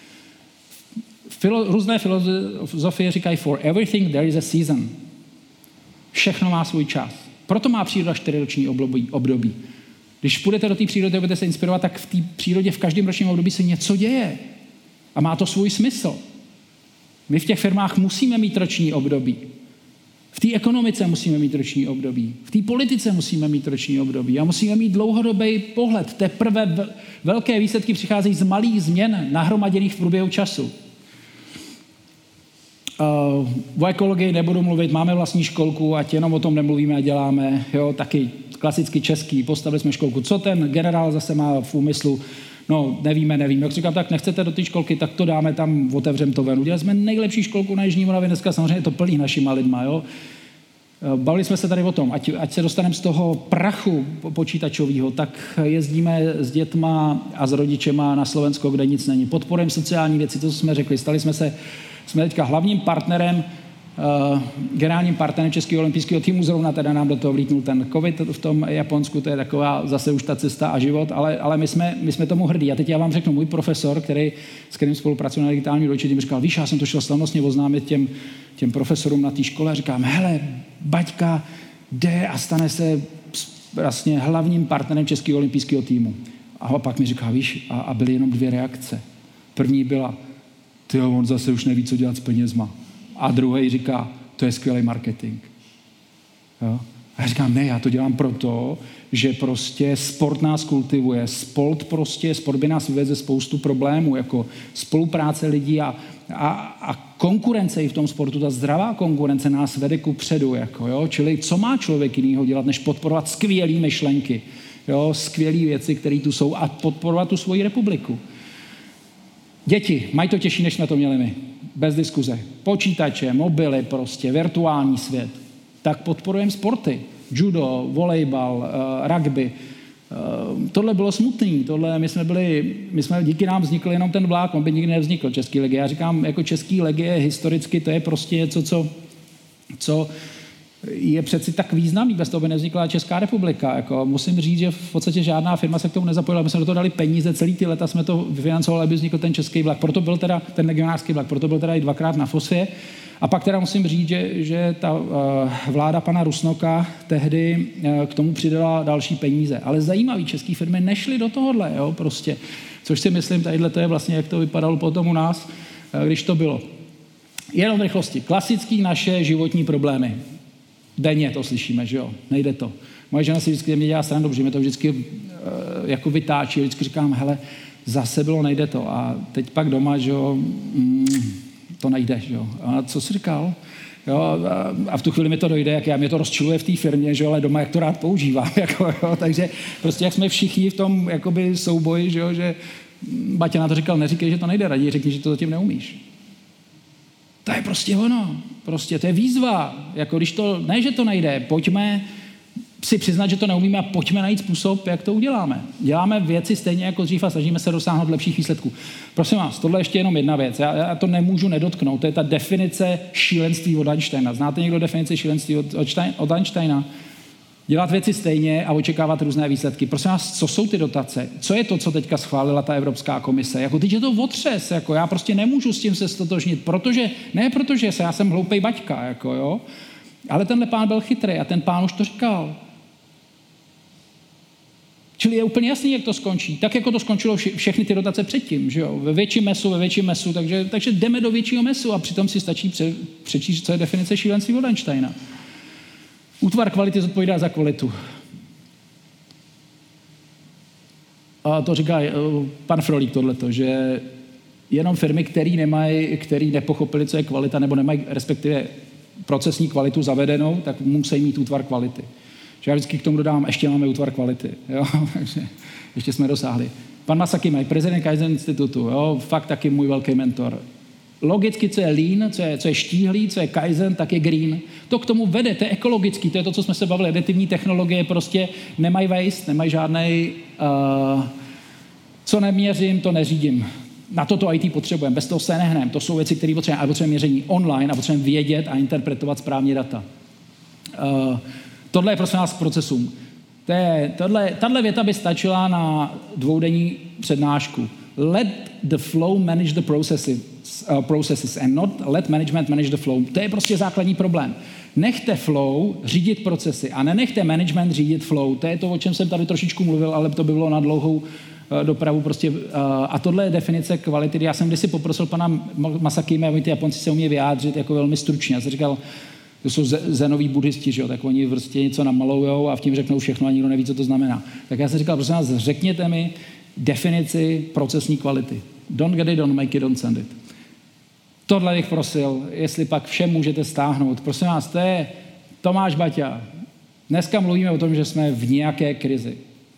[SPEAKER 2] Různé filozofie říkají for everything there is a season. Všechno má svůj čas. Proto má příroda 4roční období. Když půjdete do té přírody a budete se inspirovat, tak v té přírodě v každém ročním období se něco děje. A má to svůj smysl. My v těch firmách musíme mít roční období. V té ekonomice musíme mít roční období. V té politice musíme mít roční období. A musíme mít dlouhodobý pohled. Teprve velké výsledky přicházejí z malých změn nahromaděných v průběhu času. O ekologii nebudu mluvit, máme vlastní školku, ať jenom o tom nemluvíme a děláme. Jo, taky klasicky český, postavili jsme školku. Co ten generál zase má v úmyslu? No, nevíme. Jak říkám, tak nechcete do té školky, tak to dáme tam, otevřem to ven. Udělali jsme nejlepší školku na Jižní Moravě, dneska samozřejmě je to plný našima lidma, jo. Bavili jsme se tady o tom, ať se dostaneme z toho prachu počítačového, tak jezdíme s dětma a s rodičema na Slovensko, kde nic není. Podporujeme sociální věci, to, co jsme řekli. Jsme teďka hlavním partnerem, generálním partnerem Českého olympijského týmu, zrovna teda nám do toho vlítnul ten covid v tom Japonsku, to je taková zase už ta cesta a život, ale my jsme tomu hrdí. A teď já vám řeknu, můj profesor, s kterým spolupracuji na digitálním vyučení, říkal, víš, já jsem to šel slavnostně oznámit těm profesorům na té škole a říkám, hele, Baťka jde a stane se vlastně hlavním partnerem Českého olympijského týmu. A pak mi říká, víš, a byly jenom 2 reakce. První byla, on zase už neví, co dělat s penězma. A druhý říká, to je skvělý marketing. Jo? A já říkám, ne, já to dělám proto, že prostě sport nás kultivuje. Sport by nás vyvedl ze spoustu problémů, jako spolupráce lidí a konkurence i v tom sportu. Ta zdravá konkurence nás vede ku předu. Jako, jo? Čili co má člověk jinýho dělat, než podporovat skvělý myšlenky, jo? Skvělý věci, které tu jsou a podporovat tu svoji republiku. Děti mají to těžší, než jsme to měli my. Bez diskuze. Počítače, mobily prostě, virtuální svět. Tak podporujeme sporty. Judo, volejbal, rugby. Tohle bylo smutný, my jsme díky nám vznikl jenom ten vlák, on by nikdy nevznikl, Český legie. Já říkám, jako Český legie historicky to je prostě něco, co je přeci tak významný, bez toho by nevznikla Česká republika. Jako, musím říct, že v podstatě žádná firma se k tomu nezapojila, my jsme do toho dali peníze, celý ty leta jsme to vyfinancovali, aby vznikl ten český vlak, proto byl teda ten legionářský vlak, proto byl teda i 2krát na Fosě. A pak teda musím říct, že ta vláda pana Rusnoka tehdy k tomu přidala další peníze. Ale zajímavý, české firmy nešly do tohohle, jo, prostě. Což si myslím, tadyhle to je vlastně, jak to vypadalo potom u nás, když to bylo. Jenom rychlosti. Klasický naše životní problémy. Denně to slyšíme, že jo, nejde to. Moje žena si vždycky mě dělá srandu, protože mě to vždycky jako vytáčí, vždycky říkám, hele, zase bylo, nejde to. A teď pak doma, že jo, to nejde, že jo. A co jsi říkal? Jo, a v tu chvíli mi to dojde, jak mě to rozčiluje v té firmě, že jo, ale doma jak to rád používám, jako, jo. Takže prostě jak jsme všichni v tom jakoby souboji, že jo, že Baťa na to říkal, neříkej, že to nejde, raději řekni, že to zatím neumíš. To je prostě ono. Prostě to je výzva. Jako když to, ne, že to nejde, pojďme si přiznat, že to neumíme a pojďme najít způsob, jak to uděláme. Děláme věci stejně jako dřív a snažíme se dosáhnout lepších výsledků. Prosím vás, tohle je ještě jenom jedna věc. Já to nemůžu nedotknout. To je ta definice šílenství od Einsteina. Znáte někdo definici šílenství od Einsteina? Dělat věci stejně a očekávat různé výsledky. Prosím vás, co jsou ty dotace? Co je to, co teďka schválila ta Evropská komise? Jako teď je to otřes, jako já prostě nemůžu s tím se stotožnit, protože já jsem hloupej baťka, jako jo. Ale tenhle pán byl chytrý a ten pán už to říkal. Čili je úplně jasný, jak to skončí. Tak, jako to skončilo všechny ty dotace předtím, že jo? Ve větším mesu, takže jdeme do většího mesu a přitom si stačí přečíst, co je definice šílenství od Einsteina. Útvar kvality zodpovídá za kvalitu. A to říká pan Frolík tohleto, že jenom firmy, který nepochopili, co je kvalita, nebo nemají respektive procesní kvalitu zavedenou, tak musí mít útvar kvality. Že já vždycky k tomu dodám, ještě máme útvar kvality. Jo? Takže ještě jsme dosáhli. Pan Masaki, prezident Kaizen institutu, jo? Fakt taky můj velký mentor. Logicky, co je lean, co je štíhlý, co je Kaizen, tak je green. To k tomu vede, to je ekologický, to je to, co jsme se bavili. Aditivní technologie prostě nemají waste, nemají žádnej, co neměřím, to neřídím. Na toto IT potřebujeme, bez toho se nehneme. To jsou věci, které potřebujeme. A potřebujeme měření online a potřebujeme vědět a interpretovat správně data. Tohle je prosím nás procesům. Tahle věta by stačila na dvoudenní přednášku. Let the flow manage the processes and not let management manage the flow. To je prostě základní problém. Nechte flow řídit procesy a nenechte management řídit flow. To je to, o čem jsem tady trošičku mluvil, ale to by bylo na dlouhou dopravu prostě. A tohle je definice kvality. Já jsem kdysi poprosil pana Masakime, aby ty Japonci se umějí vyjádřit jako velmi stručně. Já jsem říkal, to jsou zenoví buddhisti, že jo, tak oni prostě něco namalujou a v tím řeknou všechno a nikdo neví, co to znamená. Tak já jsem říkal, prosím vás, řekněte mi definici procesní kvality. Don't get it, don't make it, don't send it. Tohle bych prosil, jestli pak všem můžete stáhnout. Prosím vás, to je Tomáš Baťa. Dneska mluvíme o tom, že jsme v nějaké krizi.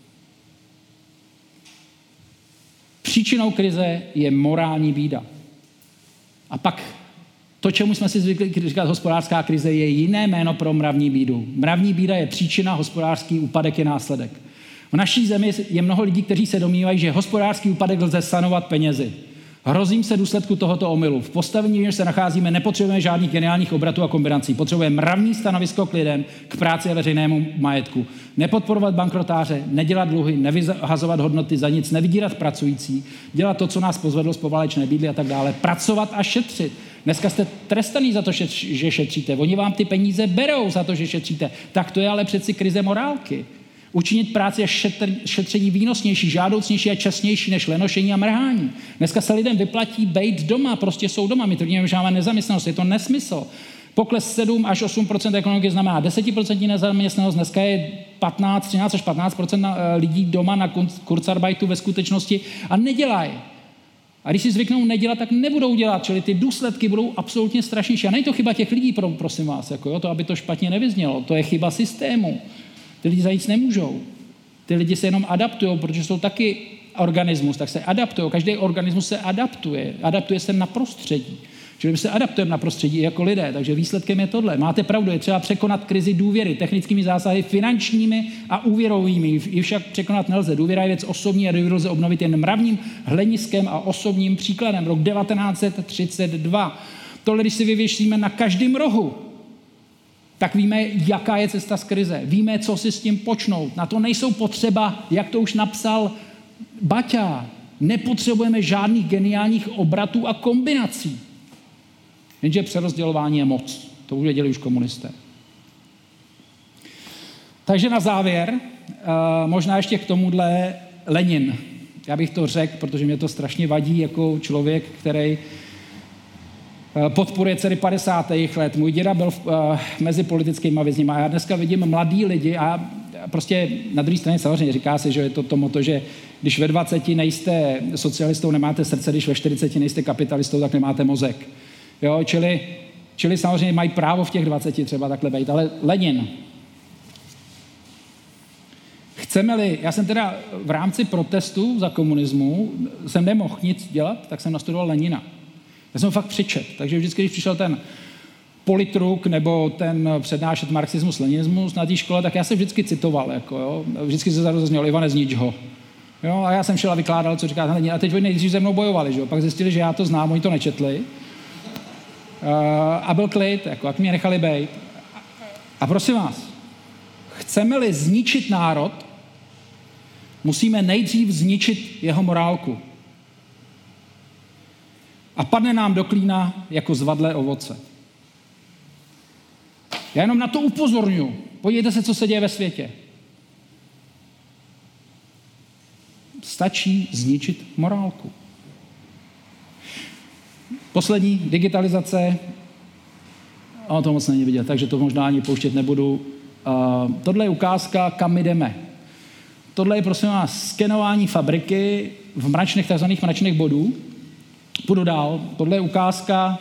[SPEAKER 2] Příčinou krize je morální bída. A pak to, čemu jsme si zvykli říkat hospodářská krize, je jiné jméno pro mravní bídu. Mravní bída je příčina, hospodářský úpadek je následek. V naší zemi je mnoho lidí, kteří se domnívají, že hospodářský úpadek lze sanovat penězi. Hrozím se důsledku tohoto omylu. V postavení, v němž se nacházíme, nepotřebujeme žádných geniálních obratů a kombinací. Potřebujeme mravní stanovisko k lidem, k práci a veřejnému majetku. Nepodporovat bankrotáře, nedělat dluhy, nevyhazovat hodnoty za nic, nevydírat pracující, dělat to, co nás pozvedlo z poválečné bídly a tak dále. Pracovat a šetřit. Dneska jste trestaný za to, že šetříte. Oni vám ty peníze berou za to, že šetříte. Tak to je ale přeci krize morálky. Učinit práci a šetření výnosnější, žádoucnější a časnější než lenošení a mrhání. Dneska se lidem vyplatí bejt doma, prostě jsou doma. My tvrdíme, že máme nezaměstnanost, je to nesmysl. Pokles 7 až 8% ekonomiky znamená 10% nezaměstnanost, dneska je 13 až 15% lidí doma na Kurzarbeitu ve skutečnosti a nedělají. A když si zvyknou nedělat, tak nebudou dělat, čili ty důsledky budou absolutně strašnější. A není to chyba těch lidí, prosím vás, jako jo, to, aby to špatně nevyznělo. To je chyba systému. Ty lidi za nic nemůžou. Ty lidi se jenom adaptují, protože jsou taky organismus, tak se adaptují. Každý organismus se adaptuje. Adaptuje se na prostředí. Čili my se adaptujeme na prostředí jako lidé, takže výsledkem je tohle. Máte pravdu, je třeba překonat krizi důvěry technickými zásahy finančními a úvěrovými. I však překonat nelze. Důvěra je věc osobní a důvěru lze obnovit jen mravním hlediskem a osobním příkladem. Rok 1932. Tohle, když si vyvěšíme na každém rohu, tak víme, jaká je cesta z krize. Víme, co si s tím počnout. Na to nejsou potřeba, jak to už napsal Baťa, nepotřebujeme žádných geniálních obratů a kombinací. Jenže přerozdělování je moc. To už věděli už komunisté. Takže na závěr, možná ještě k tomuhle Lenin. Já bych to řekl, protože mě to strašně vadí jako člověk, který podporuje celý 50. let. Můj děda byl mezi politickými vězněmi a já dneska vidím mladý lidi a prostě na druhé straně samozřejmě říká se, že je to moto, že když ve 20 nejste socialistou, nemáte srdce, když ve 40 nejste kapitalistou, tak nemáte mozek. Jo, čili samozřejmě mají právo v těch 20 třeba takhle být, ale Lenin. Chceme-li, já jsem teda v rámci protestu za komunismu, jsem nemohl nic dělat, tak jsem nastudoval Lenina. Já jsem ho fakt přečet, takže vždycky, když přišel ten politruk nebo ten přednášet marxismus, leninismus na té škole, tak já se vždycky citoval, jako jo, vždycky se zaznělo, Ivane, znič ho. Jo, a já jsem šel a vykládal, co říká Lenin, a teď oni nejdřív se mnou bojovali, že jo, pak zjistili, že já to znám, oni to nečetli. A byl klid, jako, jak mě nechali bejt. A prosím vás, chceme-li zničit národ, musíme nejdřív zničit jeho morálku. A padne nám do klína jako zvadlé ovoce. Já jenom na to upozorňuji. Podívejte se, co se děje ve světě. Stačí zničit morálku. Poslední, digitalizace. Ono to moc není vidět, takže to možná ani pouštět nebudu. Tohle je ukázka, kam my jdeme. Tohle je, prosím vás, skenování fabriky v mračných, takzvaných mračných bodů. Půjdu dál. Tohle je ukázka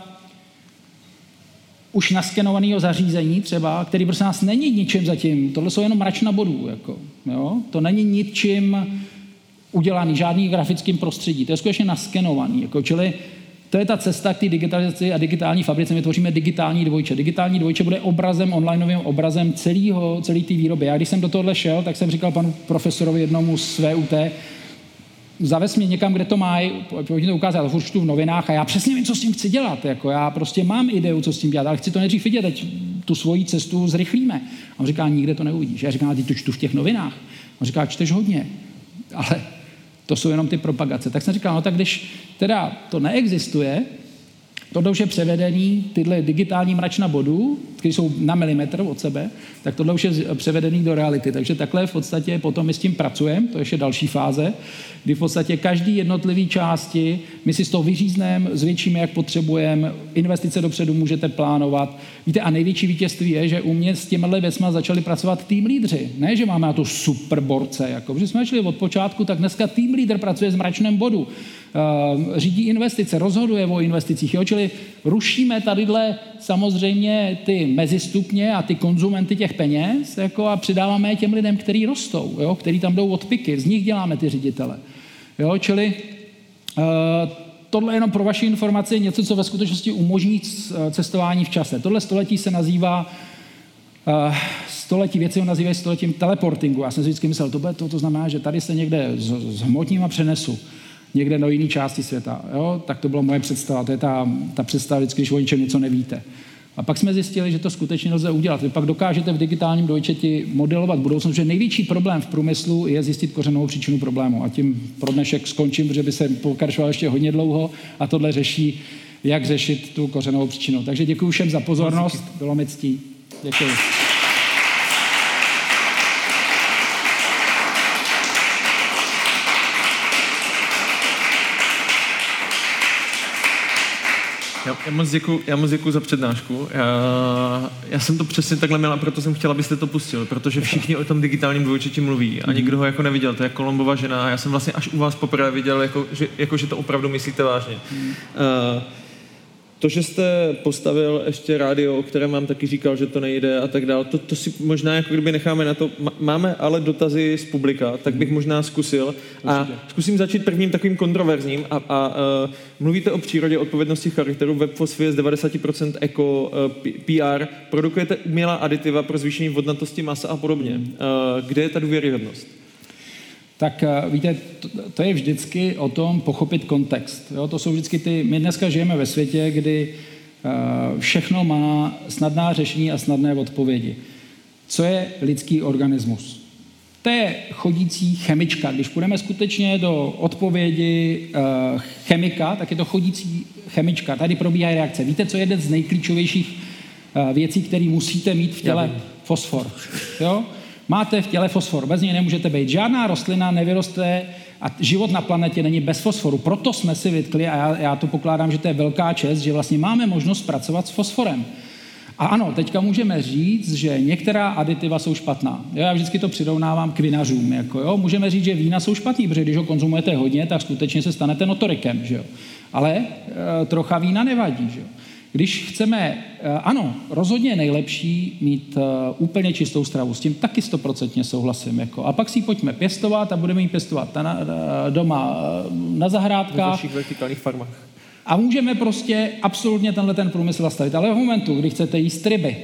[SPEAKER 2] už naskenovaného zařízení třeba, který, prosím vás, není ničím zatím. Tohle jsou jenom mračna bodů. Jako, jo? To není ničím udělaný, žádný grafickým prostředí. To je skutečně naskenovaný. Jako, čili to je ta cesta k té digitalizaci a digitální fabrice. My tvoříme digitální dvojče. Digitální dvojče bude obrazem, onlineovým obrazem celé té výroby. Já když jsem do tohohle šel, tak jsem říkal panu profesorovi jednomu z VUT, zavez mě někam, kde to mají, pojďme to ukázat, to čtu v novinách a já přesně vím, co s tím chci dělat. Jako já prostě mám ideu, co s tím dělat, ale chci to nejdřív vidět, teď tu svoji cestu zrychlíme. A on říká, nikde to neuvidíš. Já říkám, ty to čtu v těch novinách. On říká, čteš hodně, ale to jsou jenom ty propagace. Tak jsem říkal, no tak když teda to neexistuje, tohle už je převedený, tyhle digitální mračna bodů, které jsou na milimetr od sebe, tak tohle už je převedený do reality. Takže takhle v podstatě potom my s tím pracujeme, to je ještě další fáze, kdy v podstatě každý jednotlivý části, my si z toho vyřízneme, zvětšíme, jak potřebujeme, investice dopředu můžete plánovat. Víte, a největší vítězství je, že u mě s těmihle věcma začali pracovat tým lídři. Ne, že máme na to super borce, jako, že jsme začali od počátku, tak dneska tým lídr pracuje s mračném bodu. Řídí investice, rozhoduje o investicích, jo? Čili rušíme tadyhle samozřejmě ty mezistupně a ty konzumenty těch peněz jako, a přidáváme je těm lidem, kteří rostou, jo? Kteří tam jdou od piky, z nich děláme ty ředitele. Jo? Čili tohle je jenom pro vaši informaci něco, co ve skutečnosti umožní cestování v čase. Tohle století se nazývá století, věci ho nazývají stoletím teleportingu. Já jsem si vždycky myslel, to znamená, že tady se někde zhmotním a přenesu někde do jiné části světa. Jo? Tak to byla moje představa. To je ta představa vždycky, když o něčem něco nevíte. A pak jsme zjistili, že to skutečně lze udělat. Vy pak dokážete v digitálním dvojčeti modelovat budoucnost, že největší problém v průmyslu je zjistit kořenovou příčinu problému. A tím pro dnešek skončím, protože by se pokračoval ještě hodně dlouho a tohle řeší, jak řešit tu kořenovou příčinu. Takže děkuji všem za pozornost. Bylo mi ctí. Děkuji.
[SPEAKER 5] Já moc děkuju za přednášku. Já jsem to přesně takhle měl a proto jsem chtěl, abyste to pustil, protože všichni o tom digitálním dvojčeti mluví a nikdo ho jako neviděl. To je Kolombova žena a já jsem vlastně až u vás poprvé viděl, že to opravdu myslíte vážně. To, že jste postavil ještě rádio, o kterém vám taky říkal, že to nejde a tak dále, to si možná jako kdyby necháme na to. Máme ale dotazy z publika, tak bych možná zkusil. A zkusím začít prvním takovým kontroverzním. Mluvíte o přírodě, odpovědnosti charakteru, webfosfie z 90% eko, PR, produkujete umělá aditiva pro zvýšení vodnatosti masa a podobně. Kde je ta důvěryhodnost?
[SPEAKER 2] Tak víte, to je vždycky o tom pochopit kontext. Jo? To jsou vždycky my dneska žijeme ve světě, kdy všechno má snadná řešení a snadné odpovědi. Co je lidský organismus? To je chodící chemička. Když půjdeme skutečně do odpovědi chemika, tak je to chodící chemička. Tady probíhá reakce. Víte, co je jeden z nejklíčovějších věcí, které musíte mít v těle? Fosfor. Jo? Máte v těle fosfor, bez něj nemůžete být. Žádná rostlina nevyroste a život na planetě není bez fosforu. Proto jsme si vytkli, a já to pokládám, že to je velká čest, že vlastně máme možnost pracovat s fosforem. A ano, teďka můžeme říct, že některá aditiva jsou špatná. Já vždycky to přirovnávám k vinařům. Můžeme říct, že vína jsou špatný, protože když ho konzumujete hodně, tak skutečně se stanete notorikem. Že jo? Ale trocha vína nevadí. Že jo? Když chceme, ano, rozhodně je nejlepší mít úplně čistou stravu, s tím taky 100% souhlasím. A pak si ji pojďme pěstovat a budeme ji pěstovat doma na zahrádkách.
[SPEAKER 5] Ve vašich vertikálních farmách.
[SPEAKER 2] A můžeme prostě absolutně ten průmysl zastavit. Ale v momentu, kdy chcete jíst ryby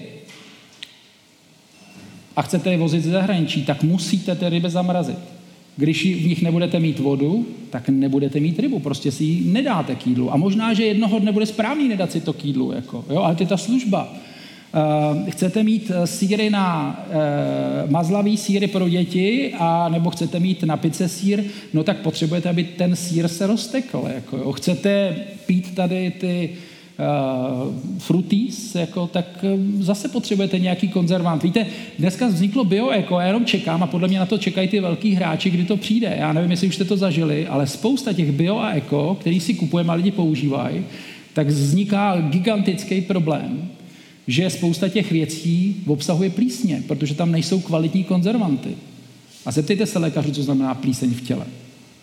[SPEAKER 2] a chcete je vozit ze zahraničí, tak musíte ty ryby zamrazit. Když v nich nebudete mít vodu, tak nebudete mít rybu, prostě si ji nedáte k jídlu. A možná, že jednoho dne bude správný nedat si to k jídlu, ale to je ta služba. Chcete mít sýry mazlavý sýry pro děti, a nebo chcete mít na pice sýr, no tak potřebujete, aby ten sýr se roztekl. Chcete pít tady ty fruities, tak zase potřebujete nějaký konzervant. Víte, dneska vzniklo bioeko, já jenom čekám a podle mě na to čekají ty velký hráči, kdy to přijde. Já nevím, jestli už jste to zažili, ale spousta těch bio a eko, který si kupujeme a lidi používají, tak vzniká gigantický problém, že spousta těch věcí obsahuje plísně, protože tam nejsou kvalitní konzervanty. A zeptejte se lékařů, co znamená plíseň v těle.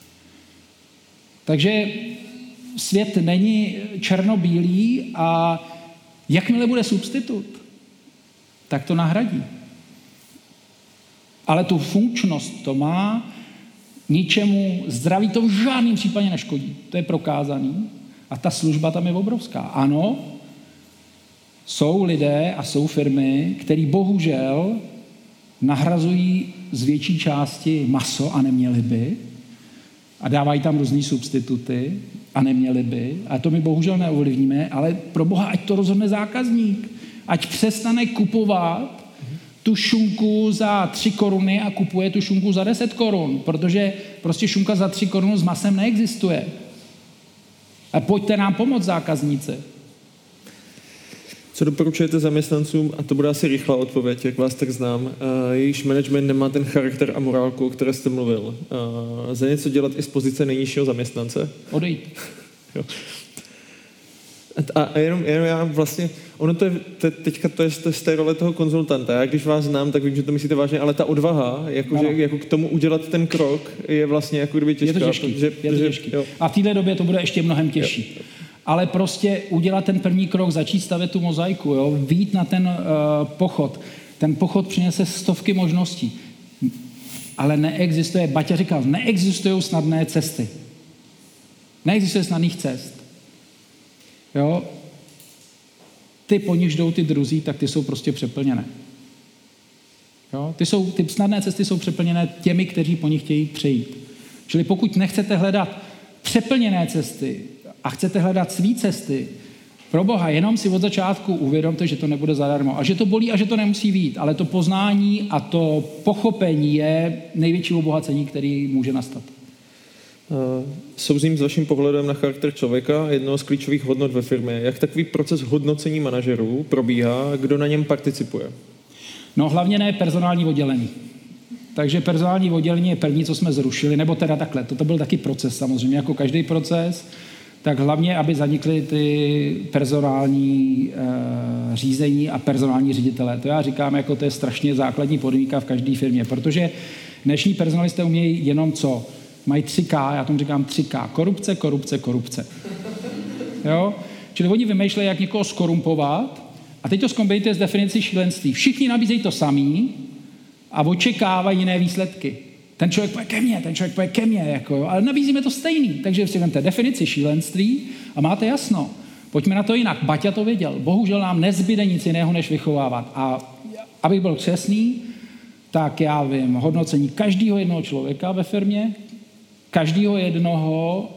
[SPEAKER 2] Takže svět není černobílý a jakmile bude substitut, tak to nahradí. Ale tu funkčnost to má, ničemu zdraví to v žádném případě neškodí. To je prokázaný a ta služba tam je obrovská. Ano, jsou lidé a jsou firmy, který bohužel nahrazují z větší části maso a neměli by a dávají tam různý substituty a neměli by. A to my bohužel neovlivníme, ale pro Boha, ať to rozhodne zákazník. Ať přestane kupovat tu šunku za 3 koruny a kupuje tu šunku za 10 korun, protože prostě šunka za 3 koruny s masem neexistuje. A pojďte nám pomoct, zákazníci.
[SPEAKER 5] Co doporučujete zaměstnancům, a to bude asi rychlá odpověď, jak vás tak znám, jejíž management nemá ten charakter a morálku, o které jste mluvil. Za něco dělat i z pozice nejnižšího zaměstnance?
[SPEAKER 2] Odejít.
[SPEAKER 5] A jenom já vlastně, ono to je, teďka to je z té role toho konzultanta. Já když vás znám, tak vím, že to myslíte vážně, ale ta odvaha, jako k tomu udělat ten krok, je vlastně jako kdyby těžká.
[SPEAKER 2] Je to těžký. A v této době to bude ještě mnohem těžší. Jo. Ale prostě udělat ten první krok, začít stavět tu mozaiku, vyjít na ten pochod. Ten pochod přinese stovky možností. Ale neexistuje, Baťa říkal, neexistují snadné cesty. Neexistuje snadných cest. Jo? Ty, po nichž jdou ty druzí, tak ty jsou prostě přeplněné. Jo? Ty snadné cesty jsou přeplněné těmi, kteří po nich chtějí přejít. Čili pokud nechcete hledat přeplněné cesty a chcete hledat svý cesty, pro Boha, jenom si od začátku uvědomte, že to nebude zadarmo a že to bolí a že to nemusí být, ale to poznání a to pochopení je největší obohacení, který může nastat.
[SPEAKER 5] Souzním s vaším pohledem na charakter člověka, jednoho z klíčových hodnot ve firmě. Jak takový proces hodnocení manažerů probíhá, kdo na něm participuje?
[SPEAKER 2] No hlavně ne personální oddělení. Takže personální oddělení je první, co jsme zrušili, nebo teda takhle, to byl taky proces samozřejmě, jako každý proces, tak hlavně, aby zanikly ty personální řízení a personální ředitelé. To já říkám, jako to je strašně základní podmínka v každé firmě, protože dnešní personalisté umějí jenom co? Mají 3K, já tomu říkám 3K. Korupce, korupce, korupce. Jo? Čili oni vymýšlejí, jak někoho skorumpovat a teď to zkombinujte s definicí šílenství. Všichni nabízejí to samý a očekávají jiné výsledky. Ten člověk pojde ke mně, jako, ale nabízíme to stejný. Takže si vemte definici šílenství a máte jasno. Pojďme na to jinak. Baťa to věděl. Bohužel nám nezbyde nic jiného, než vychovávat. A abych byl přesný, tak já vím hodnocení každého jednoho člověka ve firmě, každého jednoho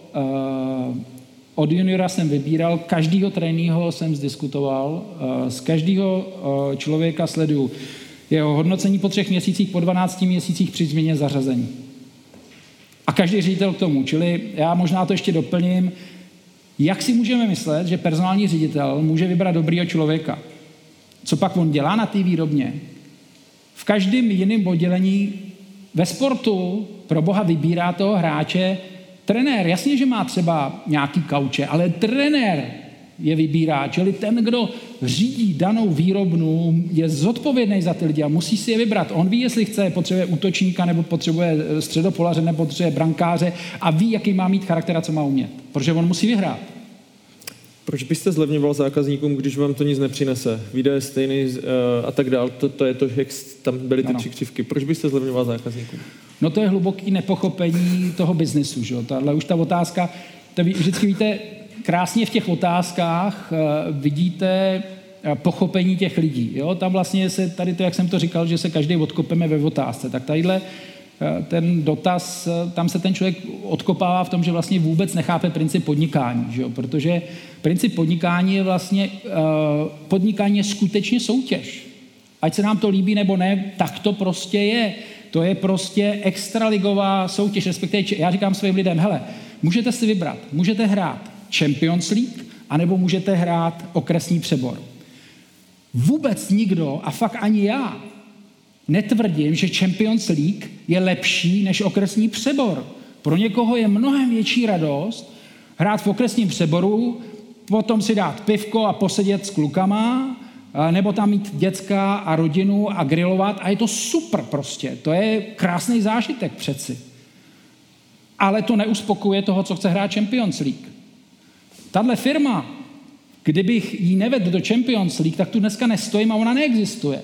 [SPEAKER 2] od juniora jsem vybíral, každého trénýho jsem zdiskutoval, z každého člověka sleduju jeho hodnocení po 3 měsících, po 12 měsících při změně zařazení. A každý ředitel k tomu. Čili já možná to ještě doplním. Jak si můžeme myslet, že personální ředitel může vybrat dobrýho člověka? Co pak on dělá na té výrobně? V každém jiném oddělení ve sportu pro boha vybírá toho hráče trenér. Jasně, že má třeba nějaký kauče, ale trenér je vybírá. Čili ten, kdo řídí danou výrobnu, je zodpovědný za ty lidi a musí si je vybrat. On ví, jestli potřebuje útočníka, nebo potřebuje středopolaře, nebo potřebuje brankáře a ví, jaký má mít charakter a co má umět. Protože on musí vyhrát.
[SPEAKER 5] Proč byste zlevňoval zákazníkům, když vám to nic nepřinese? Výdaje stejný a tak dál. To je to, jak tam byly ty 3 křivky. Proč byste zlevňoval zákazníkům?
[SPEAKER 2] No to je hluboký nepochopení toho biznesu. Že? Tahle už ta otázka, to vždycky víte, krásně v těch otázkách vidíte pochopení těch lidí. Jo? Tam vlastně se, tady to, jak jsem to říkal, že se každý odkopeme ve otázce. Tak tadyhle ten dotaz, tam se ten člověk odkopává v tom, že vlastně vůbec nechápe princip podnikání. Že jo? Protože princip podnikání je vlastně, podnikání je skutečně soutěž. Ať se nám to líbí nebo ne, tak to prostě je. To je prostě extraligová soutěž, respektive já říkám svým lidem, hele, můžete si vybrat, můžete hrát Champions League, anebo můžete hrát okresní přebor. Vůbec nikdo, a fakt ani já, netvrdím, že Champions League je lepší než okresní přebor. Pro někoho je mnohem větší radost hrát v okresním přeboru, potom si dát pivko a posedět s klukama, nebo tam mít děcka a rodinu a grilovat a je to super prostě. To je krásný zážitek přeci. Ale to neuspokuje toho, co chce hrát Champions League. Tahle firma, kdybych jí nevedl do Champions League, tak tu dneska nestojím a ona neexistuje.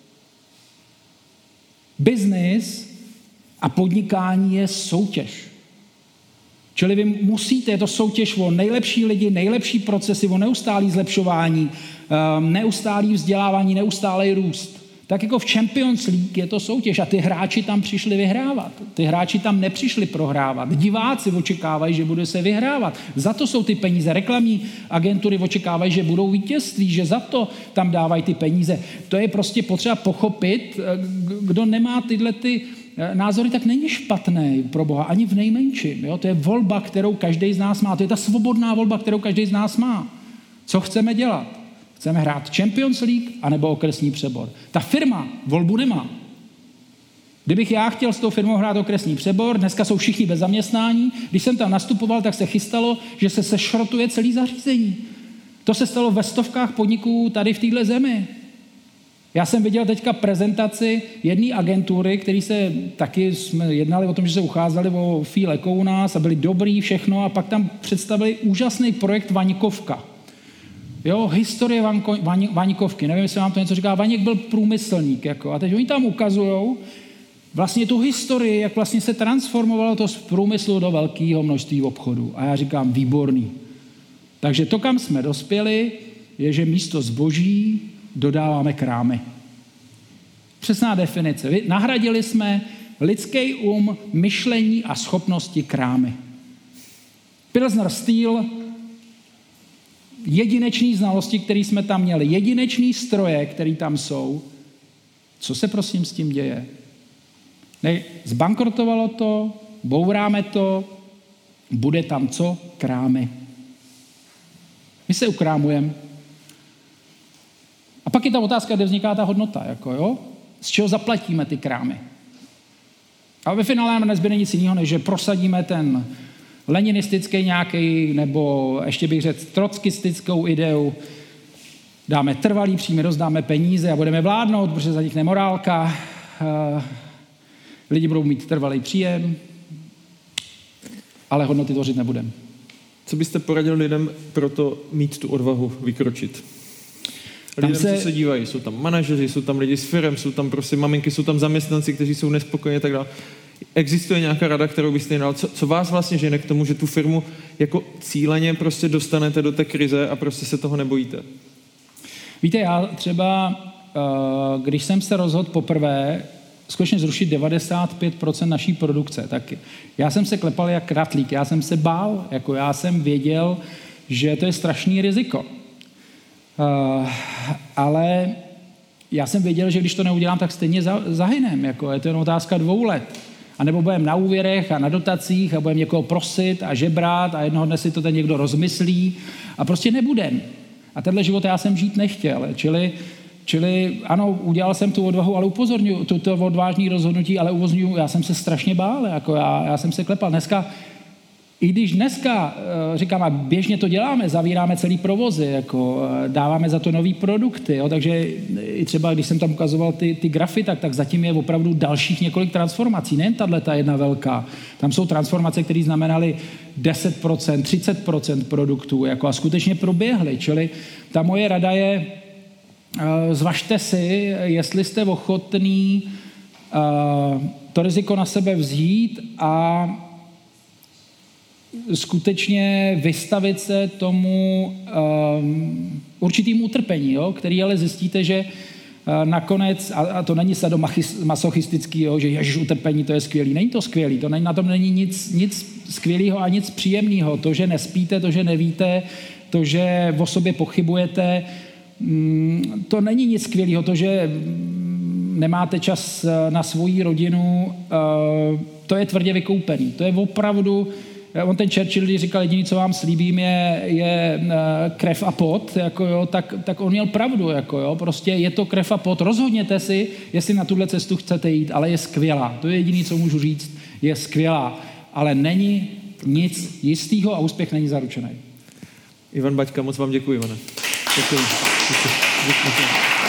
[SPEAKER 2] Biznis a podnikání je soutěž. Čili vy musíte, je to soutěž o nejlepší lidi, nejlepší procesy, o neustálý zlepšování, neustálý vzdělávání, neustálý růst. Tak jako v Champions League je to soutěž a ty hráči tam přišli vyhrávat. Ty hráči tam nepřišli prohrávat. Diváci očekávají, že bude se vyhrávat. Za to jsou ty peníze. Reklamní agentury očekávají, že budou vítězství, že za to tam dávají ty peníze. To je prostě potřeba pochopit, kdo nemá tyhle ty názory, tak není špatný pro Boha, ani v nejmenším. Jo? To je volba, kterou každý z nás má. To je ta svobodná volba, kterou každý z nás má. Co chceme dělat? Chceme hrát Champions League anebo okresní přebor. Ta firma volbu nemá. Kdybych já chtěl s tou firmou hrát okresní přebor, dneska jsou všichni bez zaměstnání, když jsem tam nastupoval, tak se chystalo, že se sešrotuje celý zařízení. To se stalo ve stovkách podniků tady v téhle zemi. Já jsem viděl teďka prezentaci jedné agentury, který se taky jsme jednali o tom, že se ucházeli o fee lekou u nás a byli dobrý všechno a pak tam představili úžasný projekt Vaňkovka. Jo, historie Vaňkovky. Nevím, jestli vám to něco říká. Vaněk byl průmyslník. Jako. A teď oni tam ukazujou vlastně tu historii, jak vlastně se transformovalo to z průmyslu do velkého množství obchodů. A já říkám, výborný. Takže to, kam jsme dospěli, je, že místo zboží dodáváme krámy. Přesná definice. Nahradili jsme lidský myšlení a schopnosti krámy. Pilsner Steel, jedinečný znalosti, které jsme tam měli, jedinečný stroje, které tam jsou. Co se prosím s tím děje? Zbankrotovalo to, bouráme to, bude tam co? Krámy. My se ukrámujeme. A pak je ta otázka, kde vzniká ta hodnota. Jako, jo? Z čeho zaplatíme ty krámy? A ve finále nám nezbyde nic jiného, než že prosadíme ten leninistický nějaký, nebo ještě bych řekl trockistickou ideu, dáme trvalý příjmy, rozdáme peníze a budeme vládnout, protože zanikne morálka, lidi budou mít trvalý příjem, ale hodnoty tvořit nebudeme.
[SPEAKER 5] Co byste poradil lidem pro to mít tu odvahu vykročit? Lidem, co se dívají, jsou tam manažeři, jsou tam lidi z firem, jsou tam prostě maminky, jsou tam zaměstnanci, kteří jsou nespokojení a tak dále. Existuje nějaká rada, kterou byste jim dal? Co vás vlastně žene k tomu, že tu firmu jako cíleně prostě dostanete do té krize a prostě se toho nebojíte?
[SPEAKER 2] Víte, já třeba, když jsem se rozhodl poprvé skutečně zrušit 95% naší produkce, tak já jsem se klepal jak ratlík, já jsem se bál, jako já jsem věděl, že to je strašný riziko. Ale já jsem věděl, že když to neudělám, tak stejně zahynem, jako je to jen otázka 2 let. A nebo budeme na úvěrech a na dotacích a budeme někoho prosit a žebrat a jednoho dne si to ten někdo rozmyslí a prostě nebudem. A tenhle život já jsem žít nechtěl. Čili ano, udělal jsem tu odvahu, ale upozorňuji, to odvážné rozhodnutí, ale upozorňuji, já jsem se strašně bál, jako já jsem se klepal. I když dneska, říkám, a běžně to děláme, zavíráme celý provozy, jako dáváme za to nový produkty, jo, takže i třeba, když jsem tam ukazoval ty grafy, tak zatím je opravdu dalších několik transformací, nejen tato jedna velká. Tam jsou transformace, které znamenaly 10%, 30% produktů, jako a skutečně proběhly. Čili ta moje rada je, zvažte si, jestli jste ochotný to riziko na sebe vzít a skutečně vystavit se tomu určitýmu utrpení, jo, který ale zjistíte, že nakonec, a to není sadomasochistický, jo, že ježiš, utrpení, to je skvělý. Není to skvělý, na tom není nic skvělého a nic příjemného. To, že nespíte, to, že nevíte, to, že o sobě pochybujete, to není nic skvělého. To, že nemáte čas na svoji rodinu, to je tvrdě vykoupený. To je opravdu. On ten Churchill, když říkal, jediný, co vám slíbím, je krev a pot, jako jo, tak on měl pravdu, jako jo, prostě je to krev a pot. Rozhodněte si, jestli na tuhle cestu chcete jít, ale je skvělá. To je jediný, co můžu říct, je skvělá, ale není nic jistého a úspěch není zaručený.
[SPEAKER 5] Ivan Baťka, moc vám děkuji, Ivane. Děkuji.